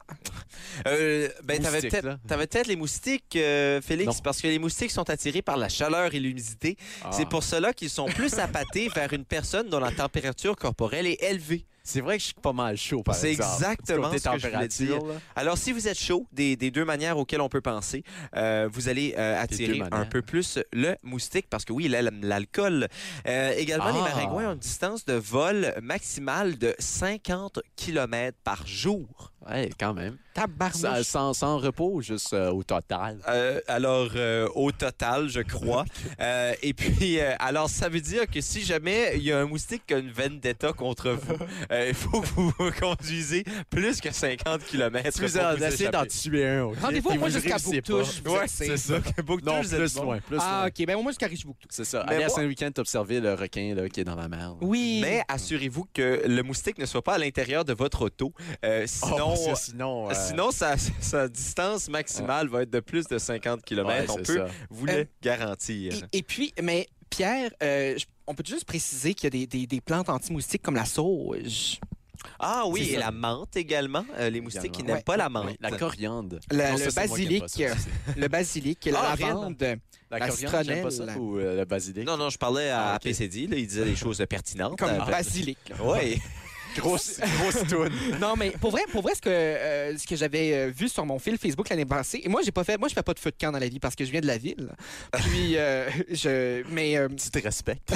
Euh, ben, t'avais Moustiques, peut-être, là. t'avais peut-être les moustiques, euh, Félix, Non. parce que les moustiques sont attirés par la chaleur et l'humidité. Ah. C'est pour cela qu'ils sont plus appâtés vers une personne dont la température corporelle est élevée. C'est vrai que je suis pas mal chaud, par C'est exemple. exactement Du côté ce que je voulais température, dire. là. Alors, si vous êtes chaud, des, des deux manières auxquelles on peut penser, euh, vous allez euh, attirer manières. un peu plus le moustique, parce que oui, il a l'alcool. Euh, également, Ah. les maringouins ont une distance de vol maximale de cinquante kilomètres par jour. Ouais, quand même. Tabarnouche. Sans, sans, sans repos ou juste euh, au total? Euh, alors, euh, au total, je crois. Euh, et puis, euh, alors, ça veut dire que si jamais il y a un moustique qui a une vendetta contre vous, euh, il faut que vous conduisez plus que cinquante kilomètres. Si vous essayez d'en tuer un, OK? Rendez-vous, Puis moi, vous jusqu'à réussissez Bouctouche. pas. vous Ouais, êtes c'est safe. ça. Bouctouche, Non, vous êtes plus bon. loin, plus Ah, loin. OK. Ben, moi, jusqu'à Richebouctou. C'est ça. Mais Allez à moi- Saint-Weekend t'observer le requin là, qui est dans la mer. là. Oui. Mais assurez-vous que le moustique ne soit pas à l'intérieur de votre auto. Euh, Oh, sinon, parce que sinon... euh, sinon sa, sa distance maximale va être de plus de cinquante ouais, kilomètres. On c'est peut ça. vous le Euh, garantir. Et, et puis, mais Pierre, euh, je- on peut juste préciser qu'il y a des, des- des plantes anti-moustiques comme la sauge, Ah oui, c'est et ça. la menthe également. Euh, les moustiques qui Également. n'aiment Ouais. pas la menthe. Oui, la coriandre. la- Non, le ça, c'est moi qui aime pas basilic, ça aussi. le basilic, la Ah, lavande. La, La coriandre, j'aime pas citronnelle. ça, ou euh, le basilic? Non, non, je parlais à Ah, ok. P C D. Là, il disait des choses pertinentes. Comme Euh, basilic. là. Oui. Grosse, grosse toune. Non, mais pour vrai, pour vrai ce que, euh, ce que j'avais euh, vu sur mon fil Facebook l'année passée, et moi, j'ai pas fait, moi, je fais pas de feu de camp dans la vie parce que je viens de la ville. Puis, euh, je. Mais. euh, Tu te respectes.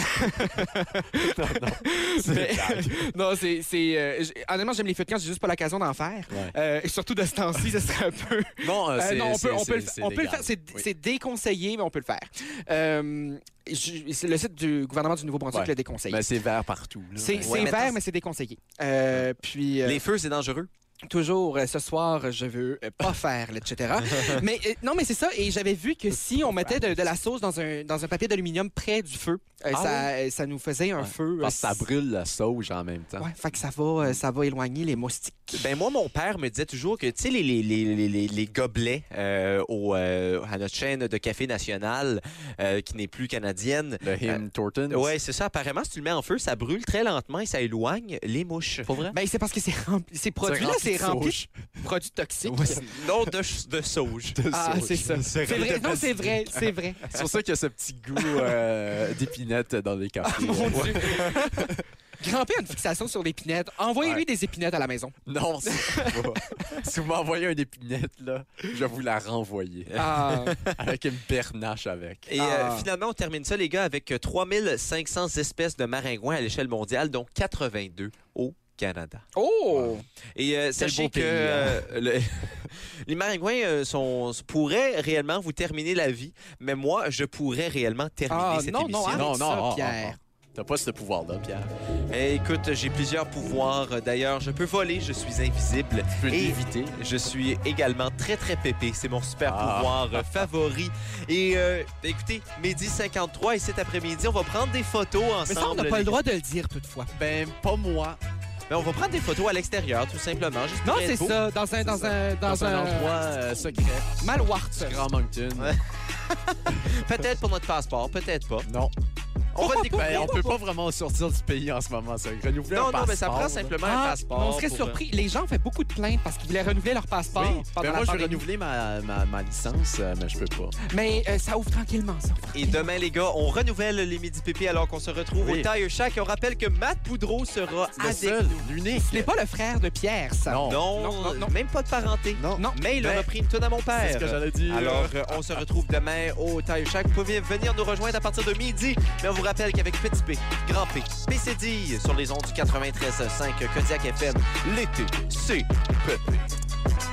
non, non. C'est mais- une blague. non, c'est. c'est, euh, j'- honnêtement, j'aime les feux de camp, j'ai juste pas l'occasion d'en faire. Ouais. Euh, et surtout de ce temps-ci, ce serait un peu. Non, euh, Euh, c'est non, on c'est- peut, on peut le, c'est- fa- c'est on peut le légal. faire. C'est Oui. c'est déconseillé, mais on peut le faire. Euh, je- c'est le site du gouvernement du Nouveau-Brunswick Ouais. l'a déconseillé. Mais c'est vert partout. là. C'est Ouais. c'est Ouais, vert, maintenant, mais c'est déconseillé. Euh, puis, euh, Les feux, c'est dangereux. toujours, euh, ce soir, je veux euh, pas faire, et cetera. mais euh, non, mais c'est ça. Et j'avais vu que si on mettait de, de la sauce dans un, dans un papier d'aluminium près du feu, euh, Ah ça, euh, ça nous faisait un Ouais. feu. Parce que ça euh, brûle la sauge en même temps. Ouais, fait que ça va, euh, ça va éloigner les moustiques. Ben moi, mon père me disait toujours que, tu sais, les, les, les, les, les- les gobelets euh, au, euh, à notre chaîne de café national, euh, qui n'est plus canadienne. Le Him Thornton. Ouais, c'est ça. Apparemment, si tu le mets en feu, ça brûle très lentement et ça éloigne les mouches. Pour vrai? Ben, c'est parce que ces, rempli- ces produits-là, rempli c'est de rempli sauge. de produits toxiques. Ouais, c'est- non, de, ch- de sauge. Ah, c'est ça. C'est vrai. Non, c'est vrai, c'est vrai. C'est pour ça qu'il y a ce petit goût euh, d'épinette dans les cafés. Ah, Mon Ouais. Dieu. Grand-père a une fixation sur l'épinettes. Envoyez-lui Ouais. des épinettes à la maison. Non, c'est pas. Si vous m'envoyez une épinette, là, je vais vous la renvoyer. Ah. Avec une bernache avec. Et euh, Ah. finalement, on termine ça, les gars, avec euh, trois mille cinq cents espèces de maringouins à l'échelle mondiale, dont quatre-vingt-deux au Canada. Oh! Et euh, Quel sachez beau que pays, euh, le- les maringouins euh, sont, pourraient réellement vous terminer la vie, mais moi, je pourrais réellement terminer Ah, cette non, émission. non, arrête Non, ça, non, ah, Pierre. T'as pas ce pouvoir-là, Pierre. Eh, écoute, j'ai plusieurs pouvoirs. D'ailleurs, je peux voler, je suis invisible. Tu peux Et l'éviter. je suis également très, très pépé. C'est mon super Ah. pouvoir euh, favori. Et euh, écoutez, midi cinquante-trois et cet après-midi, on va prendre des photos ensemble. Mais ça, on n'a pas les le droit de le dire toutefois. Ben, pas moi. Mais on va prendre des photos à l'extérieur, tout simplement. Juste Non, pour c'est être beau. ça, dans un, dans ça. un, dans, Dans un endroit euh, secret. Malouart. Grand Moncton. Ouais. Peut-être pour notre passeport, peut-être pas. Non. On va le Ben, découvrir. on peut pas vraiment sortir du pays en ce moment. Ça. Renouveler Non, un non, mais ça passeport, prend là. simplement un Ah, passeport. mais on serait pour, euh, surpris. Les gens ont fait beaucoup de plaintes parce qu'ils voulaient renouveler leur passeport Oui. pendant Ben, la moi, je veux pandémie. renouveler ma, ma, ma licence, euh, mais je peux pas. Mais euh, ça ouvre tranquillement, ça. Et demain, les gars, on renouvelle les Midi Pépé alors qu'on se retrouve Oui. au Tire Shack. Et on rappelle que Matt Boudreau sera Le avec seul, nous. l'unique. Ce n'est pas le frère de Pierre, ça. Non. Non, Non, non, non. même pas de parenté. Non. Non. Mais il a Ben, repris une tonne à mon père. C'est ce que j'allais dire. Alors, euh, on se retrouve demain au Tire Shack. Vous pouvez venir nous rejoindre à partir de midi. Mais on vous rappelle qu'avec Petit P, Grand P, P C D sur les ondes du quatre-vingt-treize virgule cinq Kodiak F M, l'été, c'est Pépé.